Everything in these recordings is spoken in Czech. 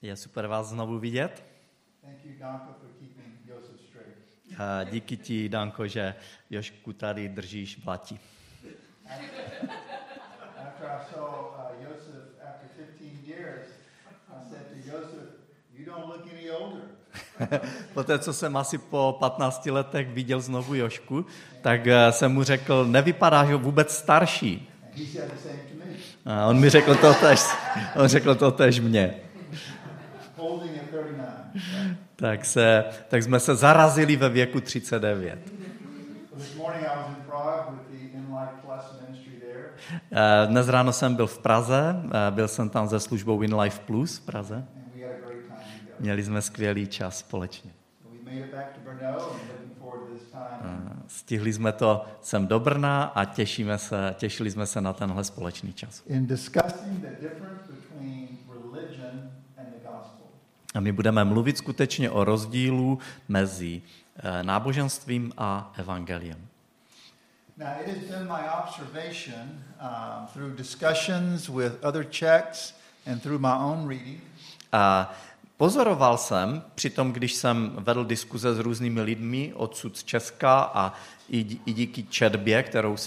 Je super vás znovu vidět. Thank you, Danko, for keeping Joseph straight. Díky ti, Danko, že Jošku tady držíš v lati. After I saw Joseph after 15 years, I said to Joseph, "You don't look any older." Poté, co jsem asi po 15 letech viděl znovu Jošku, tak jsem mu řekl, nevypadáš vůbec starší. And he said the same to me. A on řekl to též mně. Holding at 39. Tak jsme se zarazili ve věku 39. This morning I was in Prague with the InLife Plus ministry there. Dnes ráno jsem byl v Praze, byl jsem tam se službou InLife Plus v Praze. And we had a great time together. Měli jsme skvělý čas společně. So we made it back to Brno and looking forward to this time. Stihli jsme to sem do Brna a těšili jsme se na tenhle společný čas. In discussing the difference between religion and the gospel. A my budeme mluvit skutečně o rozdílu mezi náboženstvím a evangeliem. Now, it has been my observation through discussions with other Czechs and through my own reading. Pozoroval jsem, přitom když jsem vedl diskuze s různými lidmi odsud z Česka a i díky četbě, kterou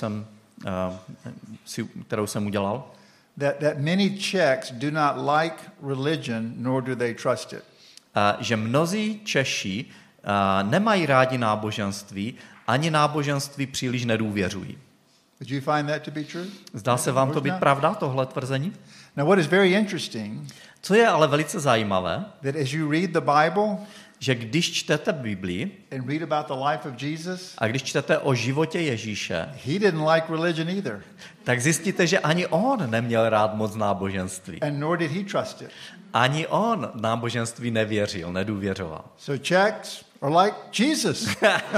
jsem udělal, That many Czechs do not like religion, nor do they trust it. Že mnozí Češi nemají rádi náboženství, ani náboženství příliš nedůvěřují. Did you find that to be true? Zdá se vám to být pravda, tohle tvrzení? Now, what is very interesting, Co je ale velice zajímavé, that as you read the Bible že když čtete Biblii and read about the life of Jesus, a když čtete o životě Ježíše, he didn't like religion either, tak zjistíte, že ani on neměl rád moc náboženství. and nor did he trust it. Ani on náboženství nevěřil, nedůvěřoval. So Czechs are like Jesus.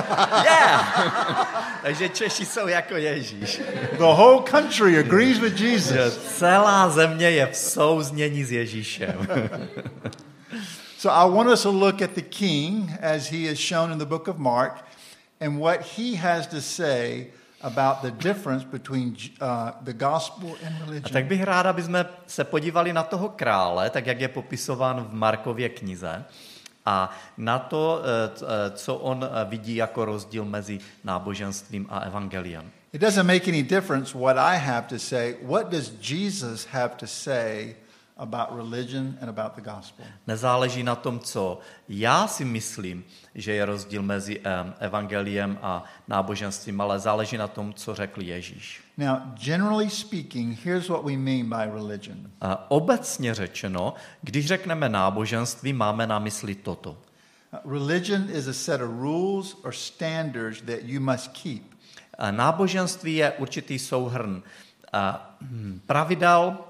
Takže Češi jsou jako Ježíš. The whole country agrees with Že Jesus. celá země je v souznění s Ježíšem. So I want us to look at the king as he is shown in the book of Mark and what he has to say about the difference between the gospel and A religion. tak bych rád, aby jsme se podívali na toho krále, tak jak je popisován v Markově knize, a na to, co on vidí jako rozdíl mezi náboženstvím a evangeliem. It doesn't make any difference what I have to say. What does Jesus have to say about religion and about the gospel? Nezáleží na tom, co já si myslím, že je rozdíl mezi evangeliem a náboženstvím, ale záleží na tom, co řekl Ježíš. Now, generally speaking, here's what we mean by religion. Obecně řečeno, když řekneme náboženství, máme na mysli toto. Religion is a set of rules or standards that you must keep. Náboženství je určitý souhrn pravidel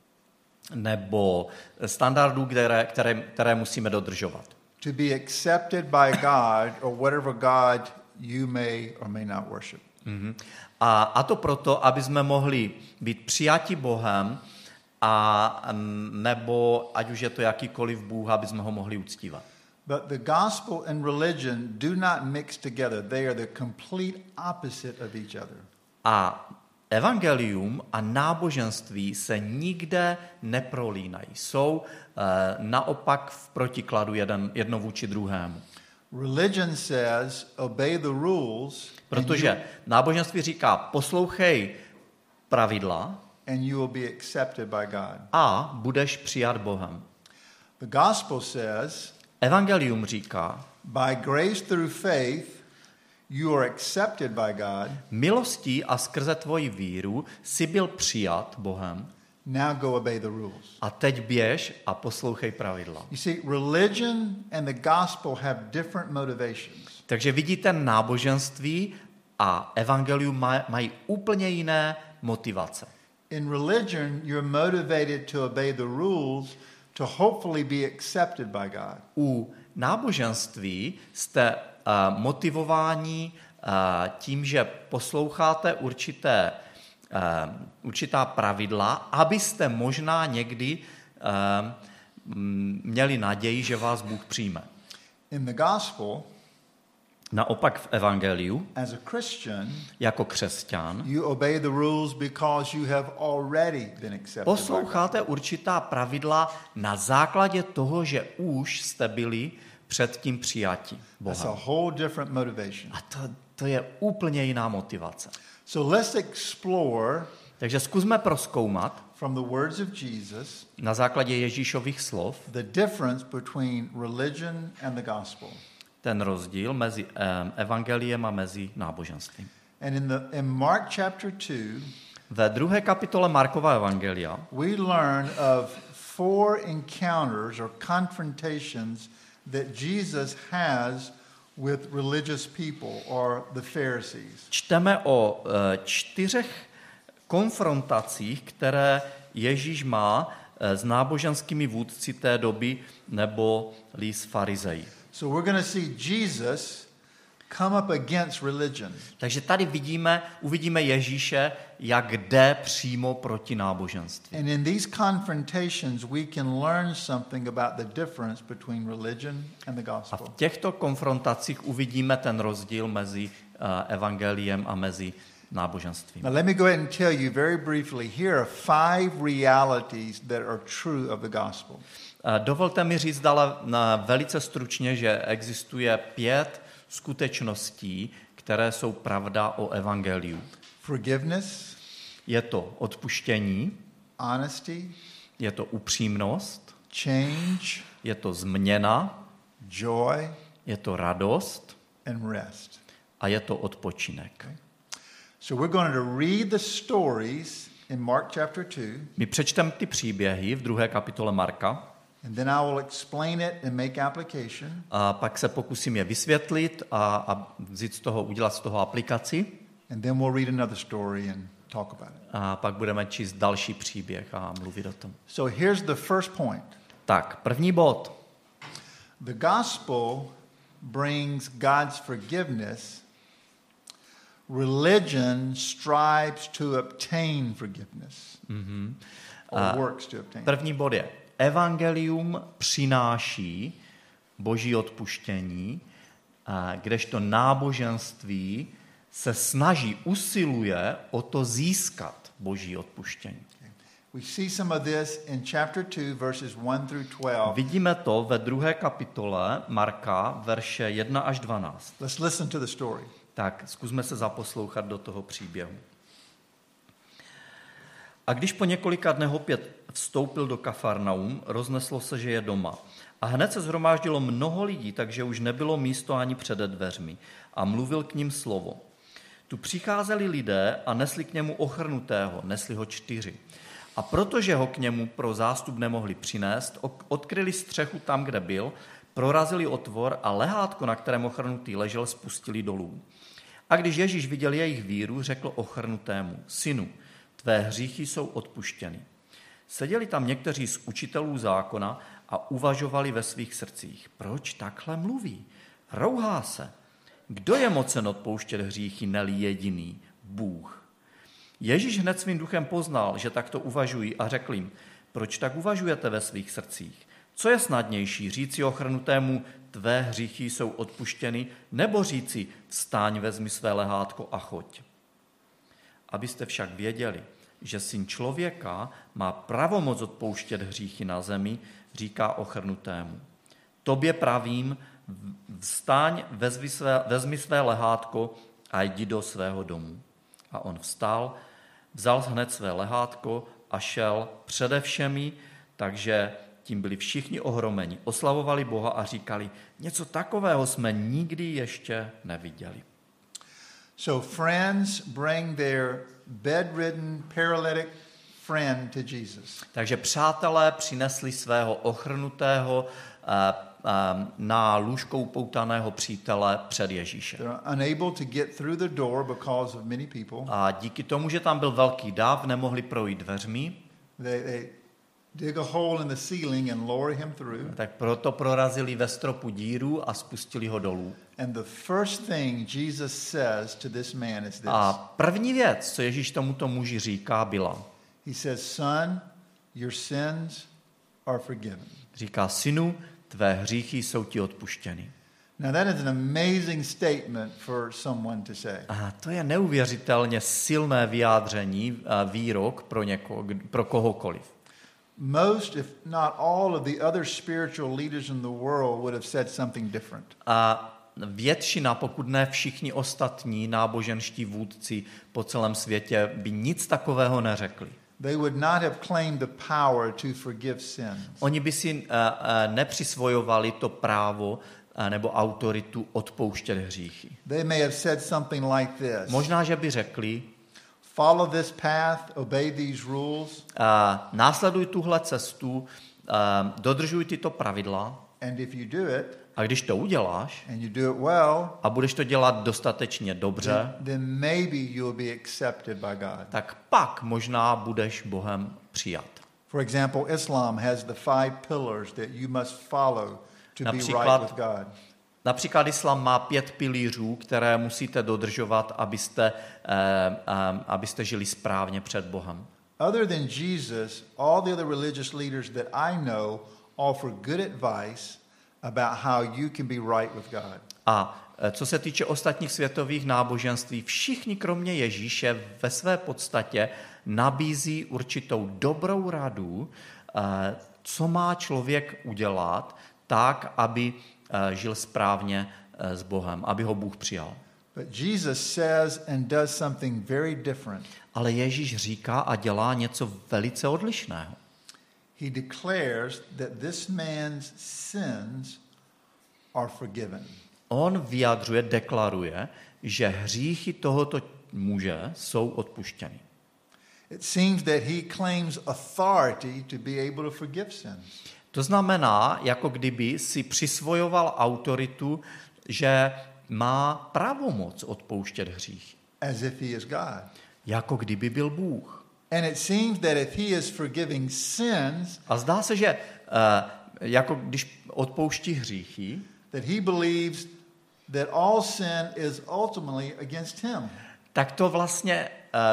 nebo standardů, které musíme dodržovat. To be accepted by God or whatever God you may or may not worship. A to proto, aby jsme mohli být přijati Bohem, a nebo ať už je to jakýkoliv Bůh, aby jsme ho mohli uctívat. But the gospel and religion do not mix together. They are the complete opposite of each other. A evangelium a náboženství se nikde neprolínají. Jsou naopak v protikladu jedno vůči druhému. Religion says, obey the rules, Protože náboženství říká, poslouchej pravidla and you will be accepted by God. a budeš přijat Bohem. The gospel says, Evangelium říká, by grace through faith, you are accepted by God. milostí a skrze tvoji víru jsi byl přijat Bohem Now go obey the rules. a teď běž a poslouchej pravidla. You see, religion and the gospel have different motivations. Takže vidíte, náboženství a evangelium mají úplně jiné motivace. In religion, you're motivated to obey the rules to hopefully be accepted by God. U náboženství jste motivováni tím, že posloucháte určitá pravidla, abyste možná někdy měli naději, že vás Bůh přijme. In the gospel, Naopak v evangeliu, as a Christian, jako křesťan, you obey the rules because you have already been accepted. posloucháte určitá pravidla na základě toho, že už jste byli předtím přijati That's a Bohem. whole different motivation. A to je úplně jiná motivace. So let's explore Takže zkusme prozkoumat from the words of Jesus na základě Ježíšových slov the difference between religion and the gospel. ten rozdíl mezi evangeliem a mezi náboženstvím. And in Mark chapter 2, Ve 2. kapitole Markova evangelia we learn of 4 encounters or confrontations that Jesus has with religious people or the Pharisees. čteme o 4 konfrontacích, které Ježíš má s náboženskými vůdci té doby nebo s farizeji. So we're going to see Jesus come up against religion. Takže tady uvidíme Ježíše, jak jde přímo proti náboženství. And in these confrontations we can learn something about the difference between religion and the A gospel. v těchto konfrontacích uvidíme ten rozdíl mezi evangeliem a mezi náboženstvím. Now let me go ahead and tell you very briefly, here are 5 realities that are true of the gospel. Dovolte mi říct velice stručně, že existuje 5 skutečností, které jsou pravda o evangeliu. Forgiveness, Je to odpuštění, honesty, je to upřímnost, change, je to změna, joy, je to radost and rest. a je to odpočinek. So we're going to read the stories in Mark chapter 2, My přečteme ty příběhy v 2. kapitole Marka and then I will explain it and make application. a pak se pokusím je vysvětlit a udělat z toho aplikaci And then we'll read another story and talk about it. a pak budeme číst další příběh a mluvit o tom. So here's the first point. Tak, první bod. The gospel brings God's forgiveness. Religion strives to obtain forgiveness. Or works to obtain. První bod je, evangelium přináší boží odpuštění, kdežto náboženství se snaží, usiluje o to získat boží odpuštění. We see some of this in chapter 2, verses 1 through 12. Vidíme to ve 2. kapitole Marka, verše 1 až 12. Let's listen to the story. Tak, zkusme se zaposlouchat do toho příběhu. A když po několika dnech opět vstoupil do Kafarnaum, rozneslo se, že je doma. A hned se shromáždilo mnoho lidí, takže už nebylo místo ani před dveřmi. A mluvil k ním slovo. Tu přicházeli lidé a nesli k němu ochrnutého, nesli ho 4. A protože ho k němu pro zástup nemohli přinést, odkryli střechu tam, kde byl, prorazili otvor a lehátko, na kterém ochrnutý ležel, spustili dolů. A když Ježíš viděl jejich víru, řekl ochrnutému, synu, tvé hříchy jsou odpuštěny. Seděli tam někteří z učitelů zákona a uvažovali ve svých srdcích, proč takhle mluví? Rouhá se. Kdo je mocen odpouštět hříchy, ne-li jediný? Bůh. Ježíš hned svým duchem poznal, že takto uvažují a řekl jim, proč tak uvažujete ve svých srdcích? Co je snadnější, říci ochrnutému, tvé hříchy jsou odpuštěny, nebo říci, vstáň, vezmi své lehátko a choď? Abyste však věděli, že syn člověka má pravomoc odpouštět hříchy na zemi, říká ochrnutému. Tobě pravím, vstáň, vezmi své lehátko a jdi do svého domu. A on vstal, vzal hned své lehátko a šel přede všemi, takže tím byli všichni ohromeni. Oslavovali Boha a říkali, něco takového jsme nikdy ještě neviděli. So friends bring their bedridden, paralytic friend to Jesus. Takže přátelé přinesli svého ochrnutého, na lůžko upoutaného přítele před Ježíše. They're unable to get through the door because of many people. A díky tomu, že tam byl velký dav, nemohli projít dveřmi, They dig a hole in the ceiling and lower him through. tak proto prorazili ve stropu díru a spustili ho dolů. And the first thing Jesus says to this man is this. A první věc, co Ježíš tomuto muži říká, byla, He says, son, your sins are forgiven. říká, synu, tvé hříchy jsou ti odpuštěny. Now that is an amazing statement for someone to say. A to je neuvěřitelně silné vyjádření, výrok pro kohokoliv. Most, if not all, of the other spiritual leaders in the world would have said something different. A většina, pokud ne všichni ostatní náboženští vůdci po celém světě by nic takového neřekli. They would not have claimed the power to forgive sins. Oni by si nepřisvojovali to právo nebo autoritu odpouštět hříchy. They may have said something like this. Možná, že by řekli, Follow this path, obey these rules. Následuj tuhle cestu, dodržuj tyto pravidla, And if you do it, a když to uděláš and you do it well, a budeš to dělat dostatečně dobře, then maybe you'll be accepted by God. tak pak možná budeš Bohem přijat. For example, Islam has the 5 pillars that you must follow to be right with God. Například islám má 5 pilířů, které musíte dodržovat, abyste žili správně před Bohem. Other than Jesus, all the other religious leaders that I know offer good advice about how you can be right with God. A co se týče ostatních světových náboženství, všichni kromě Ježíše ve své podstatě nabízí určitou dobrou radu, co má člověk udělat tak, aby žil správně s Bohem, aby ho Bůh přijal. But Jesus says and does something very different. Ale Ježíš říká a dělá něco velice odlišného. He declares that this man's sins are forgiven. On vyjadřuje, deklaruje, že hříchy tohoto muže jsou odpuštěny. It seems that he claims authority to be able to forgive sins. To znamená, jako kdyby si přisvojoval autoritu, že má pravomoc odpouštět hřích. As if he is God. Jako kdyby byl Bůh. And it seems that if he is forgiving sins, A zdá se, že jako když odpouští hříchy, that he believes that all sin is ultimately against him. tak to vlastně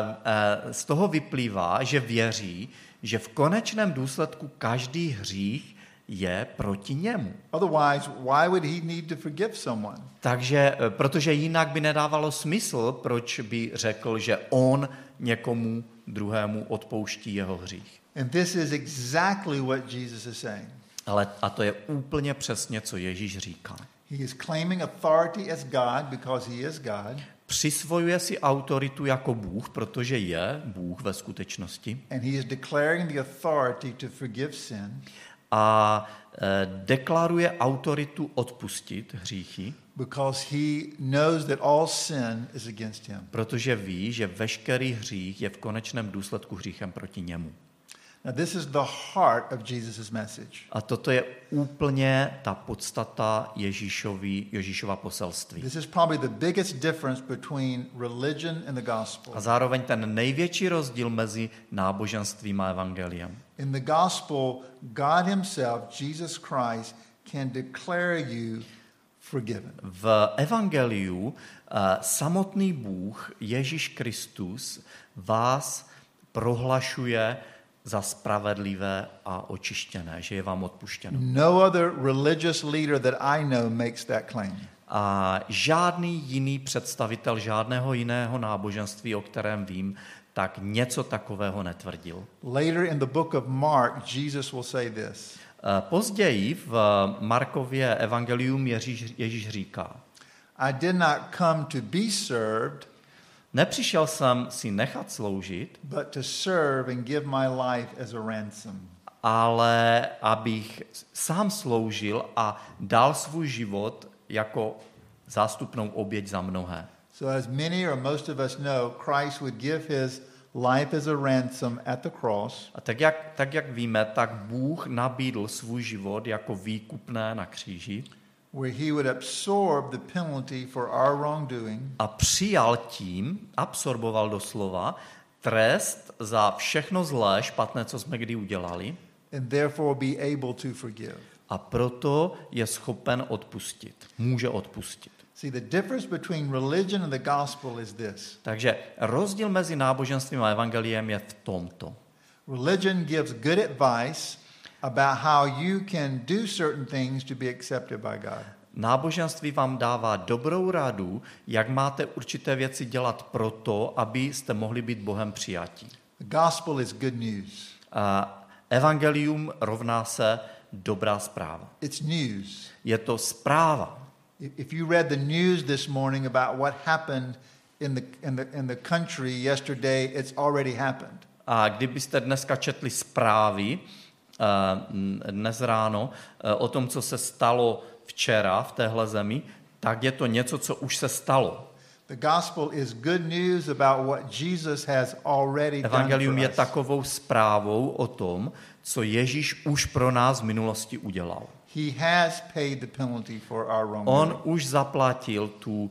z toho vyplývá, že věří, že v konečném důsledku každý hřích je proti němu. Otherwise, why would he need to forgive someone? Takže, protože jinak by nedávalo smysl, proč by řekl, že on někomu druhému odpouští jeho hřích. And this is exactly what Jesus is saying. Ale a to je úplně přesně, co Ježíš říká. He is claiming authority as God because he is God. Přisvojuje si autoritu jako Bůh, protože je Bůh ve skutečnosti. And he is declaring the authority to forgive sin. A deklaruje autoritu odpustit hříchy, Because he knows that all sin is against him. protože ví, že veškerý hřích je v konečném důsledku hříchem proti němu. Now this is the heart of Jesus' message. A toto je úplně ta podstata Ježíšova poselství. This is probably the biggest difference between religion and the gospel. A zároveň ten největší rozdíl mezi náboženstvím a evangeliem. In the gospel, God himself, Jesus Christ, can declare you forgiven. V evangeliu samotný Bůh, Ježíš Kristus, vás prohlašuje za spravedlivé a očištěné, že je vám odpuštěno. No other religious leader that I know makes that claim. A žádný jiný představitel žádného jiného náboženství, o kterém vím, tak něco takového netvrdil. Later in the book of Mark, Jesus will say this. Později v Markově evangelium Ježíš říká: I did not come to be served, Nepřišel jsem si nechat sloužit, but to serve and give my life as a ransom. ale abych sám sloužil a dal svůj život jako zástupnou oběť za mnohé. So as many or most of us know, Christ would give his life as a ransom at the cross. A tak jak víme, tak Bůh nabídl svůj život jako výkupné na kříži Where he would absorb the penalty for our wrongdoing. a přijal tím, absorboval doslova, trest za všechno zlé, špatné, co jsme kdy udělali, And therefore be able to forgive. a proto je schopen odpustit. Může odpustit. See, the difference between religion and the gospel is this. Takže rozdíl mezi náboženstvím a evangeliem je v tomto. Religion gives good advice about how you can do certain things to be accepted by God. náboženství vám dává dobrou radu, jak máte určité věci dělat proto, abyste mohli být Bohem přijatí. The gospel is good news. Evangelium rovná se dobrá zpráva. It's news. Je to zpráva. If you read the news this morning about what happened in the country yesterday, it's already happened. A kdybyste dneska četli zprávy dnes ráno o tom, co se stalo včera v téhle zemi, tak je to něco, co už se stalo. The gospel is good news about what Jesus has already done Evangelium for je us. takovou zprávou o tom, co Ježíš už pro nás v minulosti udělal. He has paid the penalty for our wrongdoing. On už zaplatil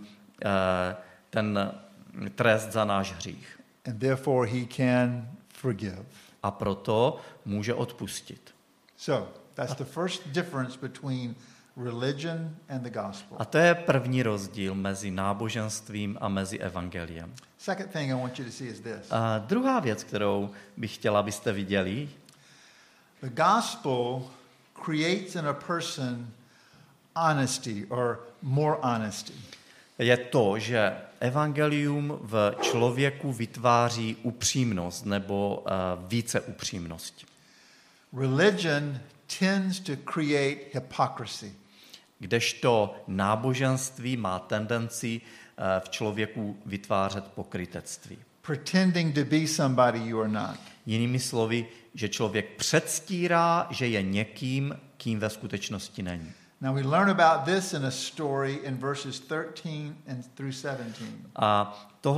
ten trest za náš hřích. And therefore he can forgive. A proto může odpustit. So, that's the first difference between religion and the gospel. A to je první rozdíl mezi náboženstvím a mezi evangeliem. Second thing I want you to see is this. A druhá věc, kterou bych chtěla, abyste viděli, The gospel creates in a person honesty or more honesty. je to, že evangelium v člověku vytváří upřímnost nebo více upřímnosti. Religion tends to create hypocrisy. Kdežto náboženství má tendenci v člověku vytvářet pokrytectví. Pretending to be somebody you are not. Jinými slovy, že člověk předstírá, že je někým, kým ve skutečnosti není. Now we learn about this in a story in verses 13 and through 17. A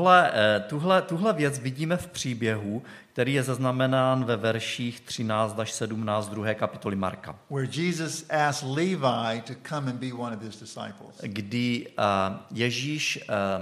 tuhle věc vidíme v příběhu, který je zaznamenán ve verších 13 až 17 2. kapitoly Marka. Where Jesus asked Levi to come and be one of his disciples. Kdy Ježíš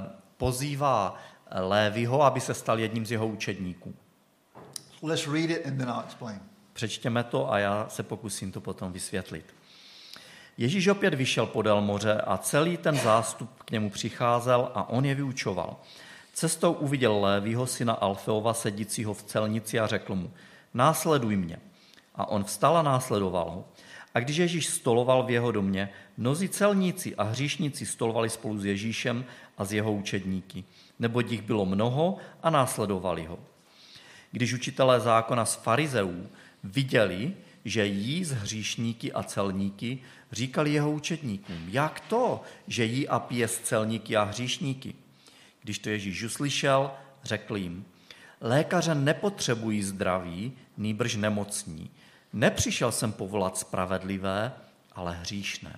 pozývá Léviho, aby se stal jedním z jeho učedníků. Let's read it and then I'll explain. Přečtěme to a já se pokusím to potom vysvětlit. Ježíš opět vyšel podél moře a celý ten zástup k němu přicházel a on je vyučoval. Cestou uviděl Léviho, syna Alfeova, sedícího v celnici a řekl mu, následuj mě. A on vstal a následoval ho. A když Ježíš stoloval v jeho domě, mnozí celníci a hříšníci stolovali spolu s Ježíšem a s jeho učedníky, neboť jich bylo mnoho a následovali ho. Když učitelé zákona z farizeů viděli, že jí s hříšníky a celníky, říkali jeho učedníkům, jak to, že jí a pije s celníky a hříšníky? Když to Ježíš uslyšel, řekl jim, lékaře nepotřebují zdraví, nýbrž nemocní. Nepřišel jsem povolat spravedlivé, ale hříšné.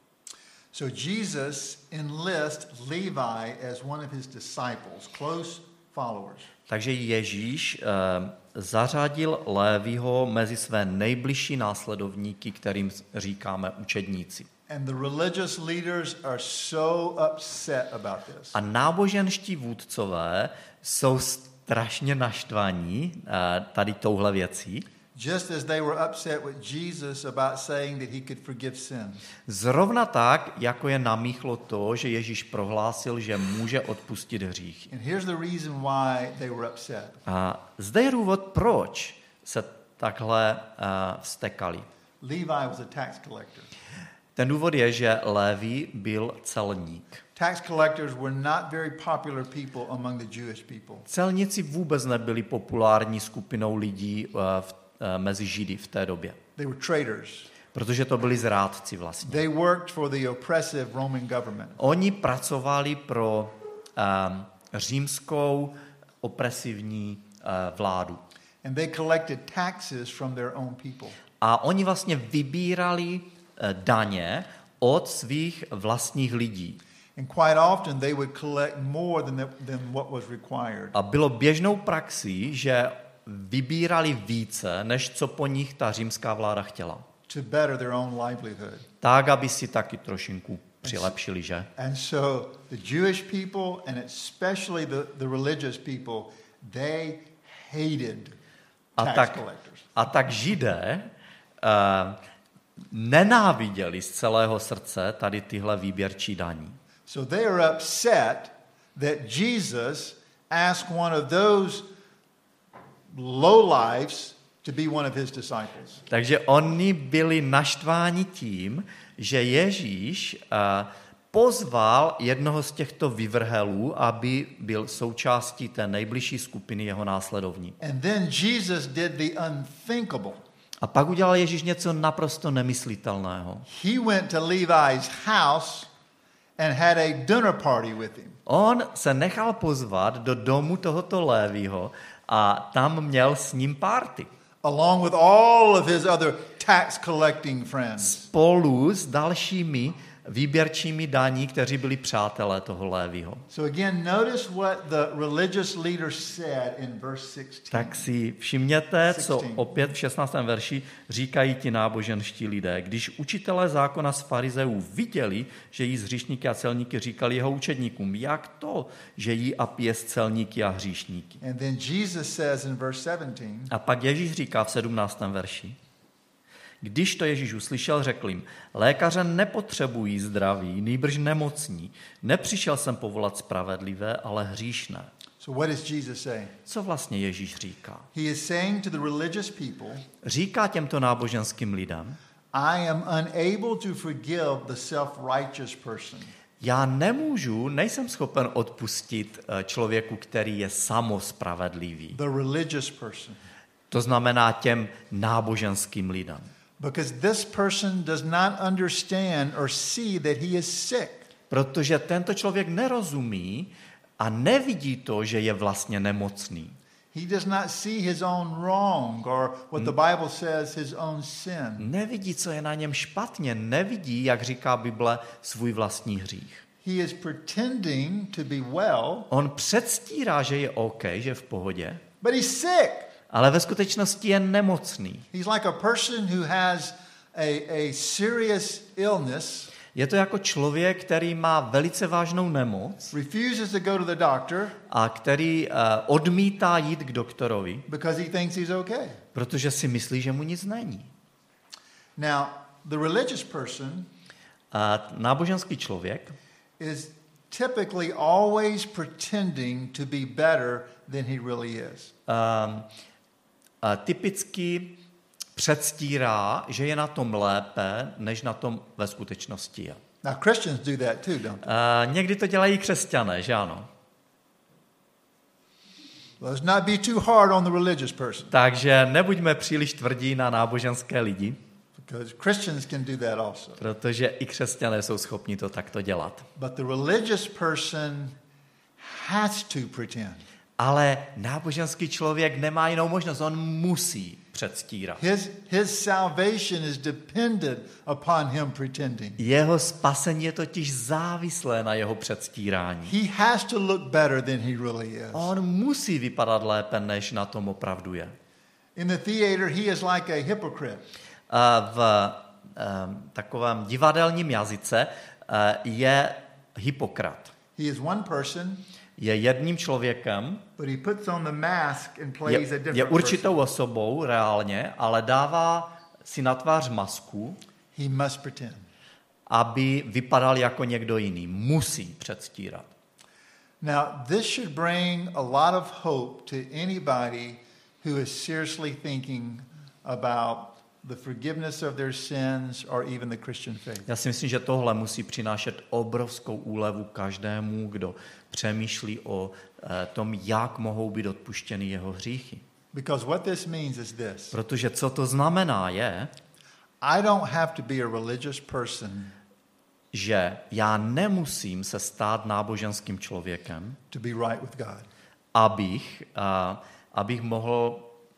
So Jesus enlists Levi as one of his disciples, close followers. Takže Ježíš zařadil Léviho mezi své nejbližší následovníky, kterým říkáme učedníci. And the religious leaders are so upset about this. A náboženští vůdcové jsou strašně naštvaní tady touhle věcí. Just as they were upset with Jesus about saying that he could forgive sins. Zrovna tak, jako je namíchlo to, že Ježíš prohlásil, že může odpustit hříchy. And here's the reason why they were upset. A zde je důvod, proč se takhle vztekali. Levi was a tax collector. Ten důvod je, že Lévi byl celník. Tax collectors were not very popular people among the Jewish people. Celníci vůbec nebyli populární skupinou lidí mezi Židy v té době. They were traitors. Protože to byli zrádci vlastně. They worked for the oppressive Roman government. Oni pracovali pro římskou opresivní vládu. And they collected taxes from their own people. A oni vlastně vybírali daně od svých vlastních lidí. And quite often they would collect more than what was required. A bylo běžnou praxí, že vybírali více, než co po nich ta římská vláda chtěla. To better their own livelihood. Tak, aby si taky trošinku přilepšili, že? And so the Jewish people and especially the religious people, they hated tax collectors. A tak Židé nenáviděli z celého srdce tady tyhle výběrčí daní. So they are upset that Jesus asked one of those lowlifes to be one of his disciples. Takže oni byli naštváni tím, že Ježíš pozval jednoho z těchto vyvrhelů, aby byl součástí té nejbližší skupiny jeho následovníků. And then Jesus did the unthinkable. A pak udělal Ježíš něco naprosto nemyslitelného. He went to Levi's house and had a dinner party with him. On se nechal pozvat do domu tohoto Lévího a tam měl s ním party. Along with all of his other tax collecting friends. Spolu s dalšími výběrčími daní, kteří byli přátelé toho Lévího. So again, notice what the religious leader said in verse 16. Tak si všimněte, co 16. opět v 16. verši říkají ti náboženští lidé. Když učitelé zákona z farizeů viděli, že jí z hříšníky a celníky, říkali jeho učedníkům, jak to, že jí a pije s celníky a hříšníky. And then Jesus says in verse 17. A pak Ježíš říká v 17. verši. Když to Ježíš uslyšel, řekl jim, lékaře nepotřebují zdraví, nýbrž nemocní. Nepřišel jsem povolat spravedlivé, ale hříšné. So what does Jesus say? Co vlastně Ježíš říká? He is saying to the religious people, Říká těmto náboženským lidem, I am unable to forgive the self-righteous person. já nejsem schopen odpustit člověku, který je samospravedlivý. The religious person. To znamená těm náboženským lidem. Because this person does not understand or see that he is sick. Protože tento člověk nerozumí a nevidí to, že je vlastně nemocný. He does not see his own wrong or what the Bible says his own sin. Nevidí, co je na něm špatně, nevidí, jak říká Bible, svůj vlastní hřích. He is pretending to be well, On předstírá, že je OK, že je v pohodě, but he's sick. ale ve skutečnosti je nemocný. He's like a person who has a serious illness, Je to jako člověk, který má velice vážnou nemoc refuses to go to the doctor a který odmítá jít k doktorovi, because he thinks he's okay. protože si myslí, že mu nic není. Now, the religious person A náboženský člověk is typically always pretending to be better than he really is. Typicky předstírá, že je na tom lépe, než na tom ve skutečnosti je. Now, Christians do that too, don't they? Někdy to dělají křesťané, že ano? Let's not be too hard on the religious person, Takže nebuďme příliš tvrdí na náboženské lidi, because Christians can do that also. protože i křesťané jsou schopni to takto dělat. But the religious person has to pretend. Ale náboženský člověk nemá jinou možnost, on musí předstírat. His salvation is dependent upon him pretending. Jeho spasení je totiž závislé na jeho předstírání. He has to look better than he really is. On musí vypadat lépe, než na tom opravdu je. In the theater, he is like a hypocrite. V takovém divadelním jazyce je hypokrat. He is one person, Je jedním člověkem, but he puts on the mask and plays a different je určitou person. osobou reálně, ale dává si na tvář masku, He must pretend. aby vypadal jako někdo jiný. Musí předstírat. Now, this should bring a lot of hope to anybody who is seriously thinking about the forgiveness of their sins or even the Christian faith. Já si myslím, že tohle musí přinášet obrovskou úlevu každému, kdo přemýšlí o tom, jak mohou být odpuštěny jeho hříchy. Because what this means is this. Protože co to znamená je, I don't have to be a religious person že já nemusím se stát náboženským člověkem, to be right with God. abych mohl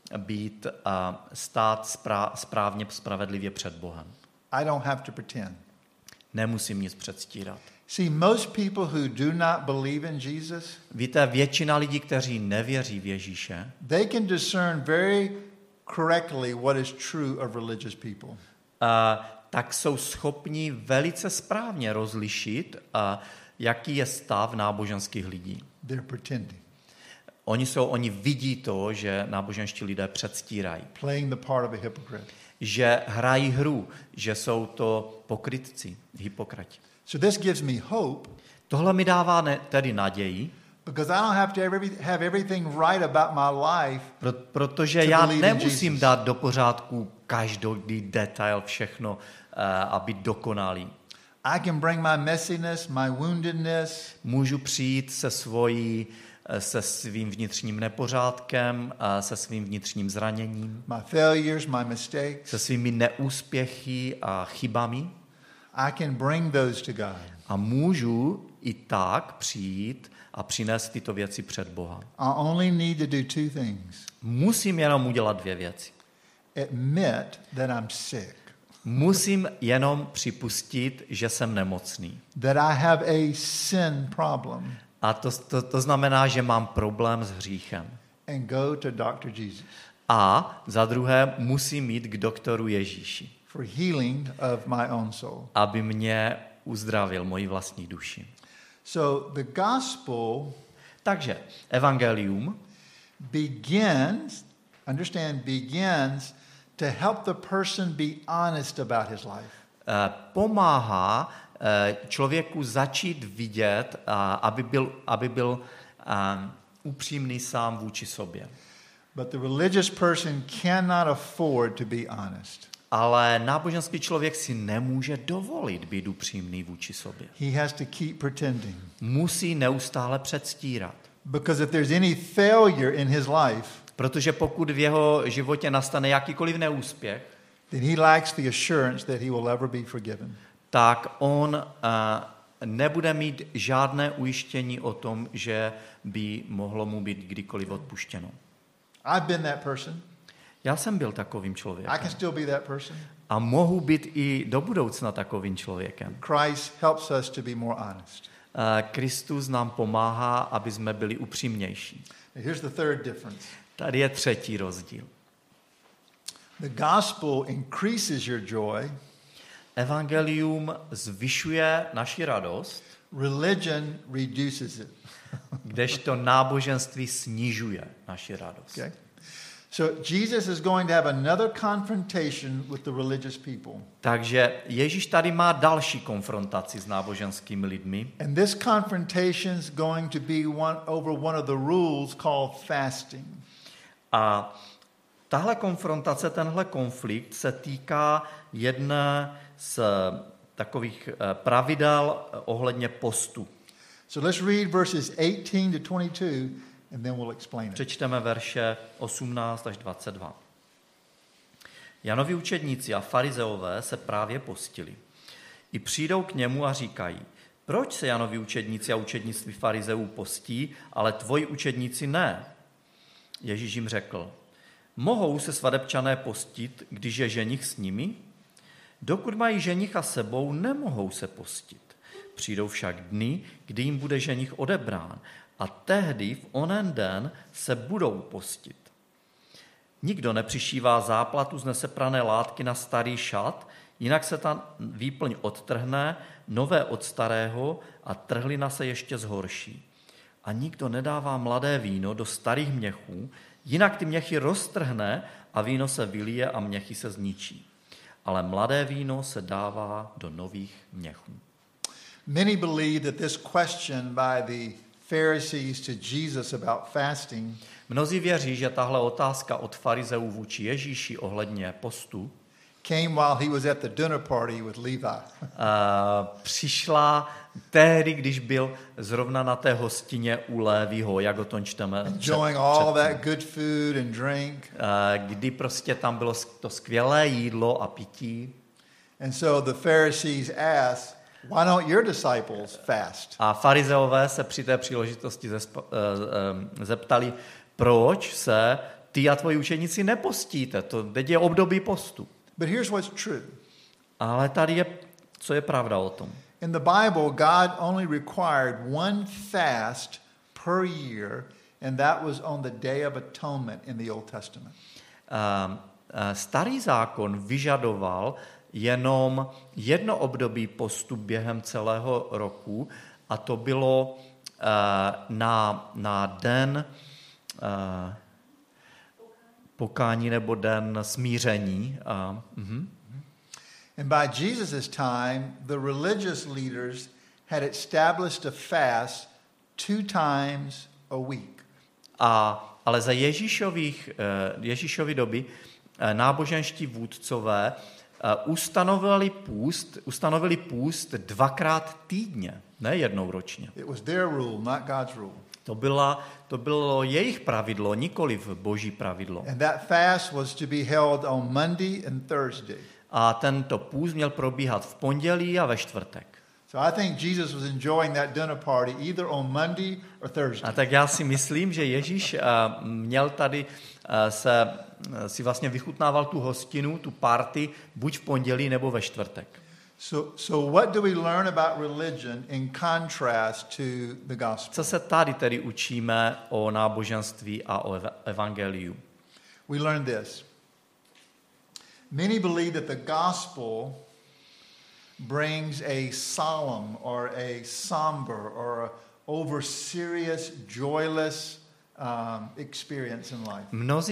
stát správně, spravedlivě před Bohem. I don't have to pretend. Nemusím nic předstírat. See, most people who do not believe in Jesus, Víte, většina lidí, kteří nevěří v Ježíše, they can discern very correctly what is true of religious people. tak jsou schopni velice správně rozlišit, jaký je stav náboženských lidí. They're pretending, Oni vidí to, že náboženští lidé předstírají. playing the part of a hypocrite. Že hrají hru, že jsou to pokrytci, hypokrati. So this gives me hope Tohle mi dává tedy naději, Because I don't have to have everything right about my life. Protože já nemusím dát do pořádku každý detail, všechno a být dokonalý. I can bring my messiness, my woundedness. Můžu přijít se svým vnitřním nepořádkem, se svým vnitřním zraněním, My failures, my mistakes. se svými neúspěchy a chybami. I can bring those to God. A můžu i tak přijít a přinést tyto věci před Boha. I only need to do two things. Musím jenom udělat dvě věci. Admit that I'm sick. Musím jenom připustit, že jsem nemocný. That I have a sin problem. A to znamená, že mám problém s hříchem. And go to Dr. Jesus. A za druhé musím jít k doktoru Ježíši. For healing of my own soul. Aby mě uzdravil moji vlastní duši. So the gospel Takže evangelium begins to help the person be honest about his life. Pomáhá člověku začít vidět, aby byl upřímný sám vůči sobě. But the religious person cannot afford to be honest. Ale náboženský člověk si nemůže dovolit být upřímný vůči sobě. He has to keep pretending. Musí neustále předstírat. Because if there's any failure in his life, protože pokud v jeho životě nastane jakýkoliv neúspěch, then he lacks the assurance that he will ever be forgiven. Tak on nebude mít žádné ujištění o tom, že by mohlo mu být kdykoliv odpuštěno. I've been that person. Já jsem byl takovým člověkem. I can still be that person. A mohu být i do budoucna takovým člověkem. Christ helps us to be more honest. Kristus nám pomáhá, aby jsme byli upřímnější. Here's the third difference. Tady je třetí rozdíl. The gospel increases your joy. Evangelium zvyšuje naši radost. Religion reduces it. Kdežto náboženství snižuje naši radost. Okay. So Jesus is going to have another confrontation with the religious people. Takže Ježíš tady má další konfrontaci s náboženskými lidmi. And this confrontation is going to be over one of the rules called fasting. A tahle konfrontace, tenhle konflikt se týká jedné z takových pravidel ohledně postu. So let's read verses 18 to 22 and then we'll explain it. Přečteme verše 18 až 22. Janovi učedníci a farizeové se právě postili. I přijdou k němu a říkají, proč se Janovi učedníci a učednictví farizeů postí, ale tvoji učedníci ne? Ježíš jim řekl, mohou se svadebčané postit, když je ženich s nimi? Dokud mají ženicha sebou, nemohou se postit. Přijdou však dny, kdy jim bude ženich odebrán a tehdy v onen den se budou postit. Nikdo nepřišívá záplatu z neseprané látky na starý šat, jinak se ta výplň odtrhne, nové od starého a trhlina se ještě zhorší. A nikdo nedává mladé víno do starých měchů, jinak ty měchy roztrhne a víno se vylije a měchy se zničí. Ale mladé víno se dává do nových měchů. Many believe that this question by the Pharisees to Jesus about fasting Mnozí věří, že tahle otázka od farizeů vůči Ježíši ohledně postu came while he was at the dinner party with Levi. Přišla tehdy, když byl zrovna na té hostině u Lévího, jak o tom čteme. Enjoying all that good food and drink. Kdy prostě tam bylo to skvělé jídlo a pití. And so the Pharisees asked, why don't your disciples fast? A farizeové se při té příležitosti zeptali, proč se ty a tvoji učeníci nepostíte? To teď je období postu. But here's what's true. Ale tady je, co je pravda o tom. In the Bible, God only required one fast per year, and that was on the Day of Atonement in the Old Testament. Starý zákon vyžadoval jenom jedno období postu během celého roku a to bylo na den pokání nebo den smíření. And by Jesus' time, the religious leaders had established a fast 2 times a week. Ale za Ježíšovy doby náboženští vůdcové ustanovili půst 2krát týdně, ne jednou ročně. It was their rule, not God's rule. To bylo jejich pravidlo, nikoliv boží pravidlo. And that fast was to be held on Monday and Thursday. A tento půst měl probíhat v pondělí a ve čtvrtek. So I think Jesus was enjoying that dinner party either on Monday or Thursday. A tak já si myslím, že Ježíš měl tady si vlastně vychutnával tu hostinu, tu party, buď v pondělí nebo ve čtvrtek. So what do we learn about religion in contrast to the gospel? Co se tady tedy učíme o náboženství a o evangeliu? We learn this. Many believe that the gospel brings a solemn or a somber or a over serious, joyless experience in life.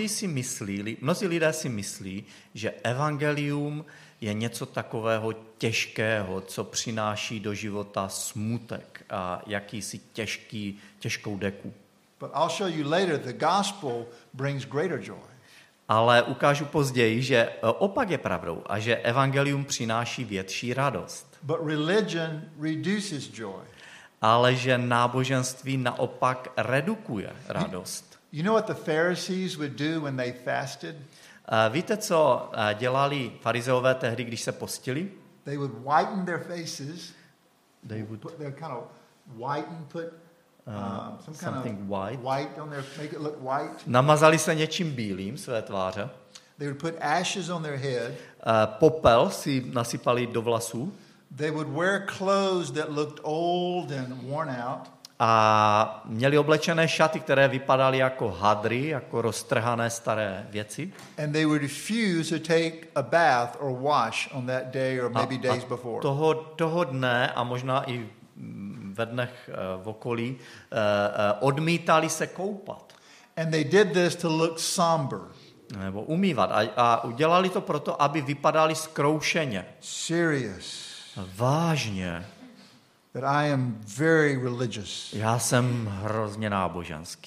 Mnozí lidé si myslí, že evangelium je něco takového těžkého, co přináší do života smutek a jakýsi těžkou deku. But I'll show you later the gospel brings greater joy. Ale ukážu později, že opak je pravdou a že evangelium přináší větší radost. But religion reduces joy. Ale že náboženství naopak redukuje radost. You know what the Pharisees would do when they fasted? Víte, co dělali farizeové tehdy, když se postili? They would whiten their faces. They would They're kind of whiten, put some something kind of white on their, make it look white. Namazali se něčím bílým své tváře. They would put ashes on their head. Popel si nasypali do vlasů. They would wear clothes that looked old and worn out. A měli oblečené šaty, které vypadaly jako hadry, jako roztrhané staré věci. And they would refuse to take a bath or wash on that day or maybe days before. Toho dne a možná i ve dnech v okolí odmítali se koupat. And they did this to look somber. Nebo umývat. A udělali to proto, aby vypadali zkroušeně. Serious. Vážně. That I am very religious. Já jsem hrozně náboženský.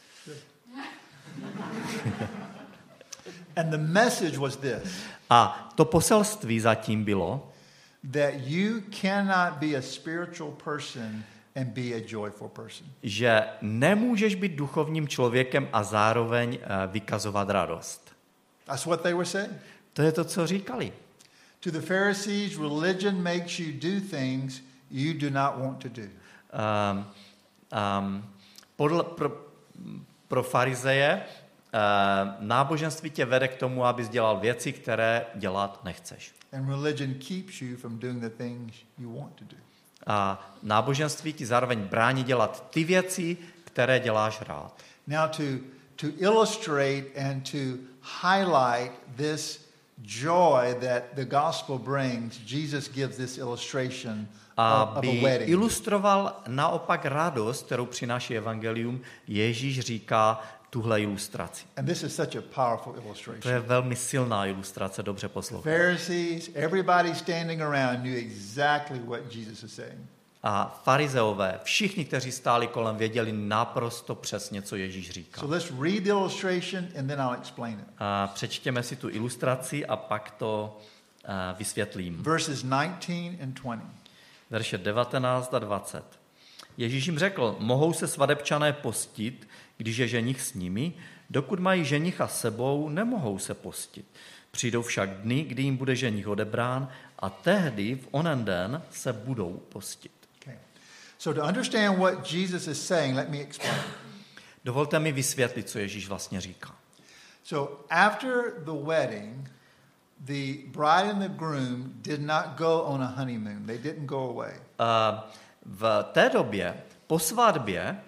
And the message was this. A to poselství zatím bylo, that you cannot be a spiritual person and be a joyful person. Že nemůžeš být duchovním člověkem a zároveň vykazovat radost. That's what they were saying. To je to, co říkali. To the Pharisees, religion makes you do things you do not want to do. Pro farizeje náboženství tě vede k tomu, abys dělal věci, které dělat nechceš. And religion keeps you from doing the things you want to do. A náboženství ti zároveň brání dělat ty věci, které děláš rád. Now to illustrate and to highlight this joy that the gospel brings, Jesus gives this illustration of a wedding. Ilustroval naopak radost, kterou přináší evangelium, Ježíš říká tuhle ilustraci. And this is such a powerful illustration. To je velmi silná ilustrace, dobře poslouchejte. Pharisees, everybody standing around knew exactly what Jesus is saying. A farizeové, všichni, kteří stáli kolem, věděli naprosto přesně, co Ježíš říká. So let's read the illustration and then I'll explain it. A přečtěme si tu ilustraci a pak to vysvětlím. Verses 19 and 20. Verše 19 a 20. Ježíš jim řekl, mohou se svatebčané postit, když je ženich s nimi, dokud mají ženicha sebou, nemohou se postit. Přijdou však dny, kdy jim bude ženich odebrán a tehdy v onen den se budou postit. Okay. So to understand what Jesus is saying, let me explain. Dovolte mi vysvětlit, co Ježíš vlastně říká. So after the wedding, the bride and the groom did not go on a honeymoon. They didn't go away. V té době, po svatbě,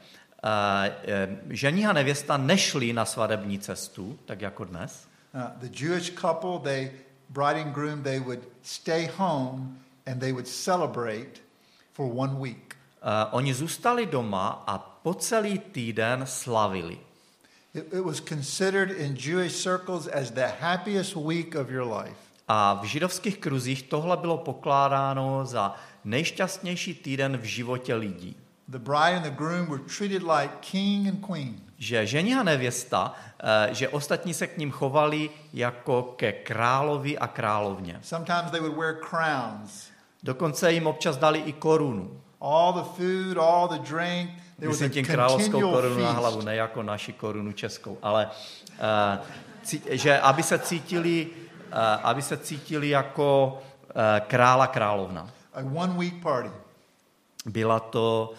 ženich a nevěsta nešli na svatební cestu, tak jako dnes. The Jewish couple, bride and groom, they would stay home and they would celebrate for 1 week. Oni zůstali doma a po celý týden slavili. It was considered in Jewish circles as the happiest week of your life. A v židovských kruzích tohle bylo pokládáno za nejšťastnější týden v životě lidí. the bride and the groom were treated like king and queen. Že ženich a nevěsta, že ostatní se k ním chovali jako ke královi a královně. Sometimes they would wear crowns. Dokonce jim občas dali i korunu. All the food, all the drink, there was a Myslím tím královskou continual korunu na hlavu, feast. ne jako naši korunu českou, ale že aby se cítili jako král a královna. A 1 week party. Byla to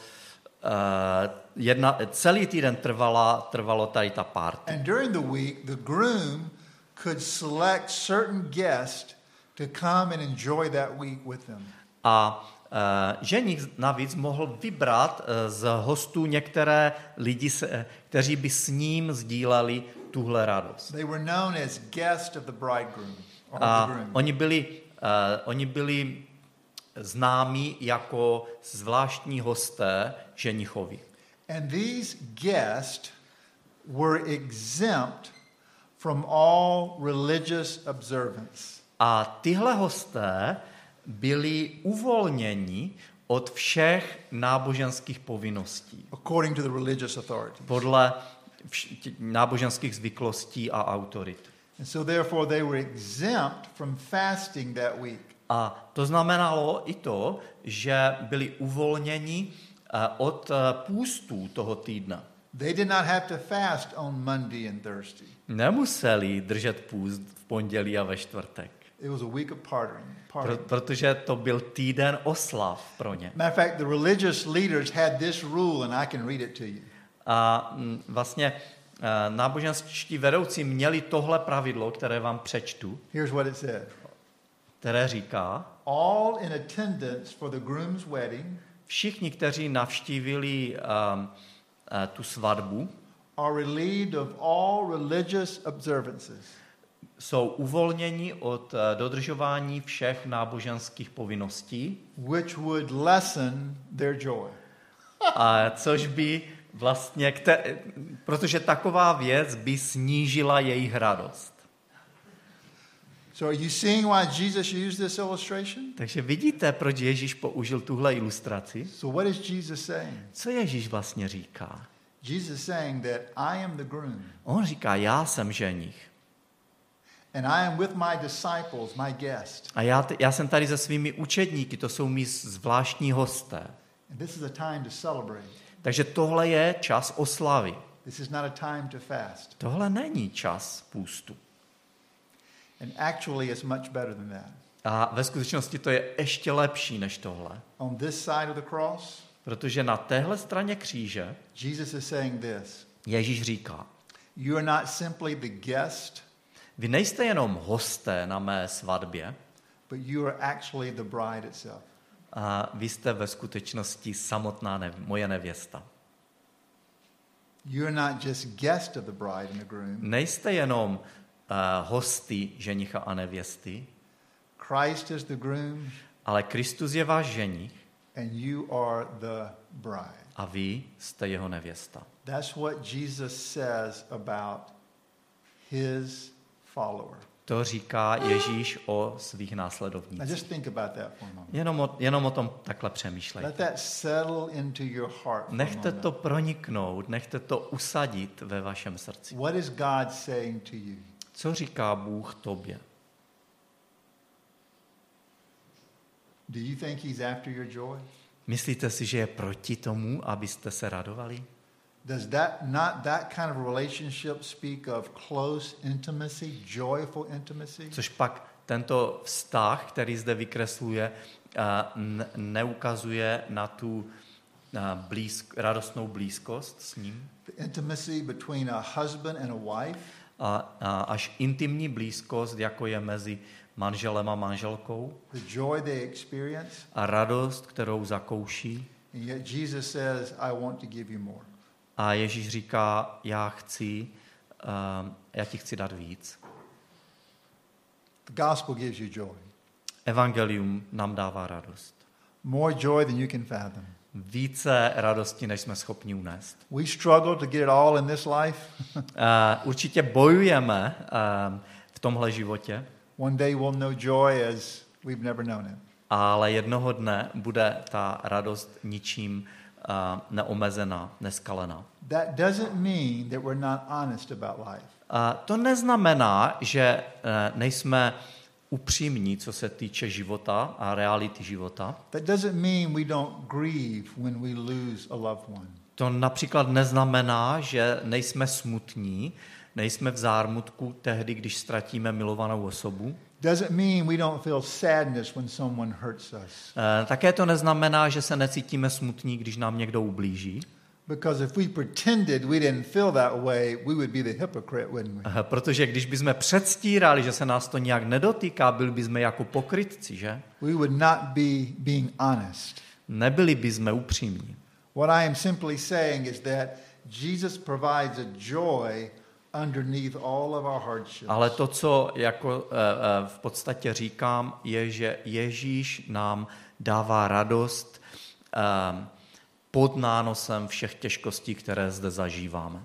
celý týden trvalo tady ta party. And during the week, the groom could select certain guests to come and enjoy that week with them. A ženich navíc mohl vybrat z hostů některé lidi, kteří by s ním sdíleli tuhle radost. They were known as guests of the bridegroom. Or A the groom. oni byli známí jako zvláštní hosté ženichovi. And these guests were exempt from all religious observance. A tyhle hosté byli uvolněni od všech náboženských povinností. According to the religious authorities. Podle náboženských zvyklostí a autorit. And so therefore they were exempt from fasting that week. A to znamenalo i to, že byli uvolněni od půstů toho týdna. They did not have to fast on Monday and Thursday. Nemuseli držet půst v pondělí a ve čtvrtek. It was a week of partying. Protože to byl týden oslav pro ně. Matter of fact, the religious leaders had this rule, and I can read it to you. A vlastně náboženští vedoucí měli tohle pravidlo, které vám přečtu, Here's what it said. které říká: All in attendance for the groom's wedding všichni, kteří navštívili tu svatbu, are relieved of all religious observances. jsou uvolněni od dodržování všech náboženských povinností, Which would lessen their joy. a což by vlastně, protože taková věc by snížila jejich radost. So are you seeing why Jesus used this illustration? Takže vidíte, proč Ježíš použil tuhle ilustraci? So what is Jesus saying? Co Ježíš vlastně říká? Jesus is saying that I am the groom, On říká, já jsem ženich. and I am with my disciples, my guests. A já jsem tady se svými učedníky, to jsou mý zvláštní hosté. And this is a time to celebrate. Takže tohle je čas oslavy. This is not a time to fast. Tohle není čas půstu. And actually it's much better than that. A ve skutečnosti to je ještě lepší než tohle. On this side of the cross, Protože na téhle straně kříže Jesus is saying this. Ježíš říká, You are not simply the guest, vy nejste jenom hosté na mé svatbě, but you are actually the bride itself. a vy jste ve skutečnosti samotná moje nevěsta. You are not just guest of the bride and the groom. Nejste jenom hosty ženicha a nevěsty, Christ is the groom, ale Kristus je váš ženich and you are the bride. a vy jste jeho nevěsta. That's what Jesus says about his follower. To říká Ježíš o svých Now následovnících. just think about that for a moment. Jenom o tom takhle Let přemýšlejte. that settle into your heart for a Nechte moment. to proniknout, nechte to usadit ve vašem srdci. What is God saying to you? Co říká Bůh tobě? Do you think he's after your joy? Myslíte si, že je proti tomu, abyste se radovali? Does not that kind of relationship speak of close intimacy, joyful intimacy? Což pak tento vztah, který zde vykresluje, neukazuje na tu radostnou blízkost s ním. The intimacy between a husband and a wife? A až intimní blízkost, jako je mezi manželem a manželkou, The joy they experience? a radost, kterou zakouší. And yet Jesus says, I want to give you more. A Ježíš říká, já ti chci dát víc. The gospel gives you joy. Evangelium nám dává radost. More joy than you can fathom. Více radosti, než jsme schopni unést. We struggle to get it all in this life. Určitě bojujeme v tomhle životě, One day we'll know joy as we've never known it. ale jednoho dne bude ta radost ničím neomezená, neskalená. That doesn't mean that we're not honest about life. To neznamená, že nejsme upřímní, co se týče života a reality života. That doesn't mean we don't grieve when we lose a loved one. To například neznamená, že nejsme smutní, nejsme v zármutku tehdy, když ztratíme milovanou osobu. Doesn't mean we don't feel sadness when someone hurts us. Také to neznamená, že se necítíme smutní, když nám někdo ublíží. Because if we pretended we didn't feel that way, we would be the hypocrite, wouldn't we? Protože když bychom předstírali, že se nás to nějak nedotýká, byli bychom jako pokrytci, že? We would not be being honest. Nebyli bychom upřímní. What I am simply saying is that Jesus provides a joy underneath all of our hardships. Ale to, co jako v podstatě říkám, je, že Ježíš nám dává radost pod nánosem všech těžkostí, které zde zažíváme.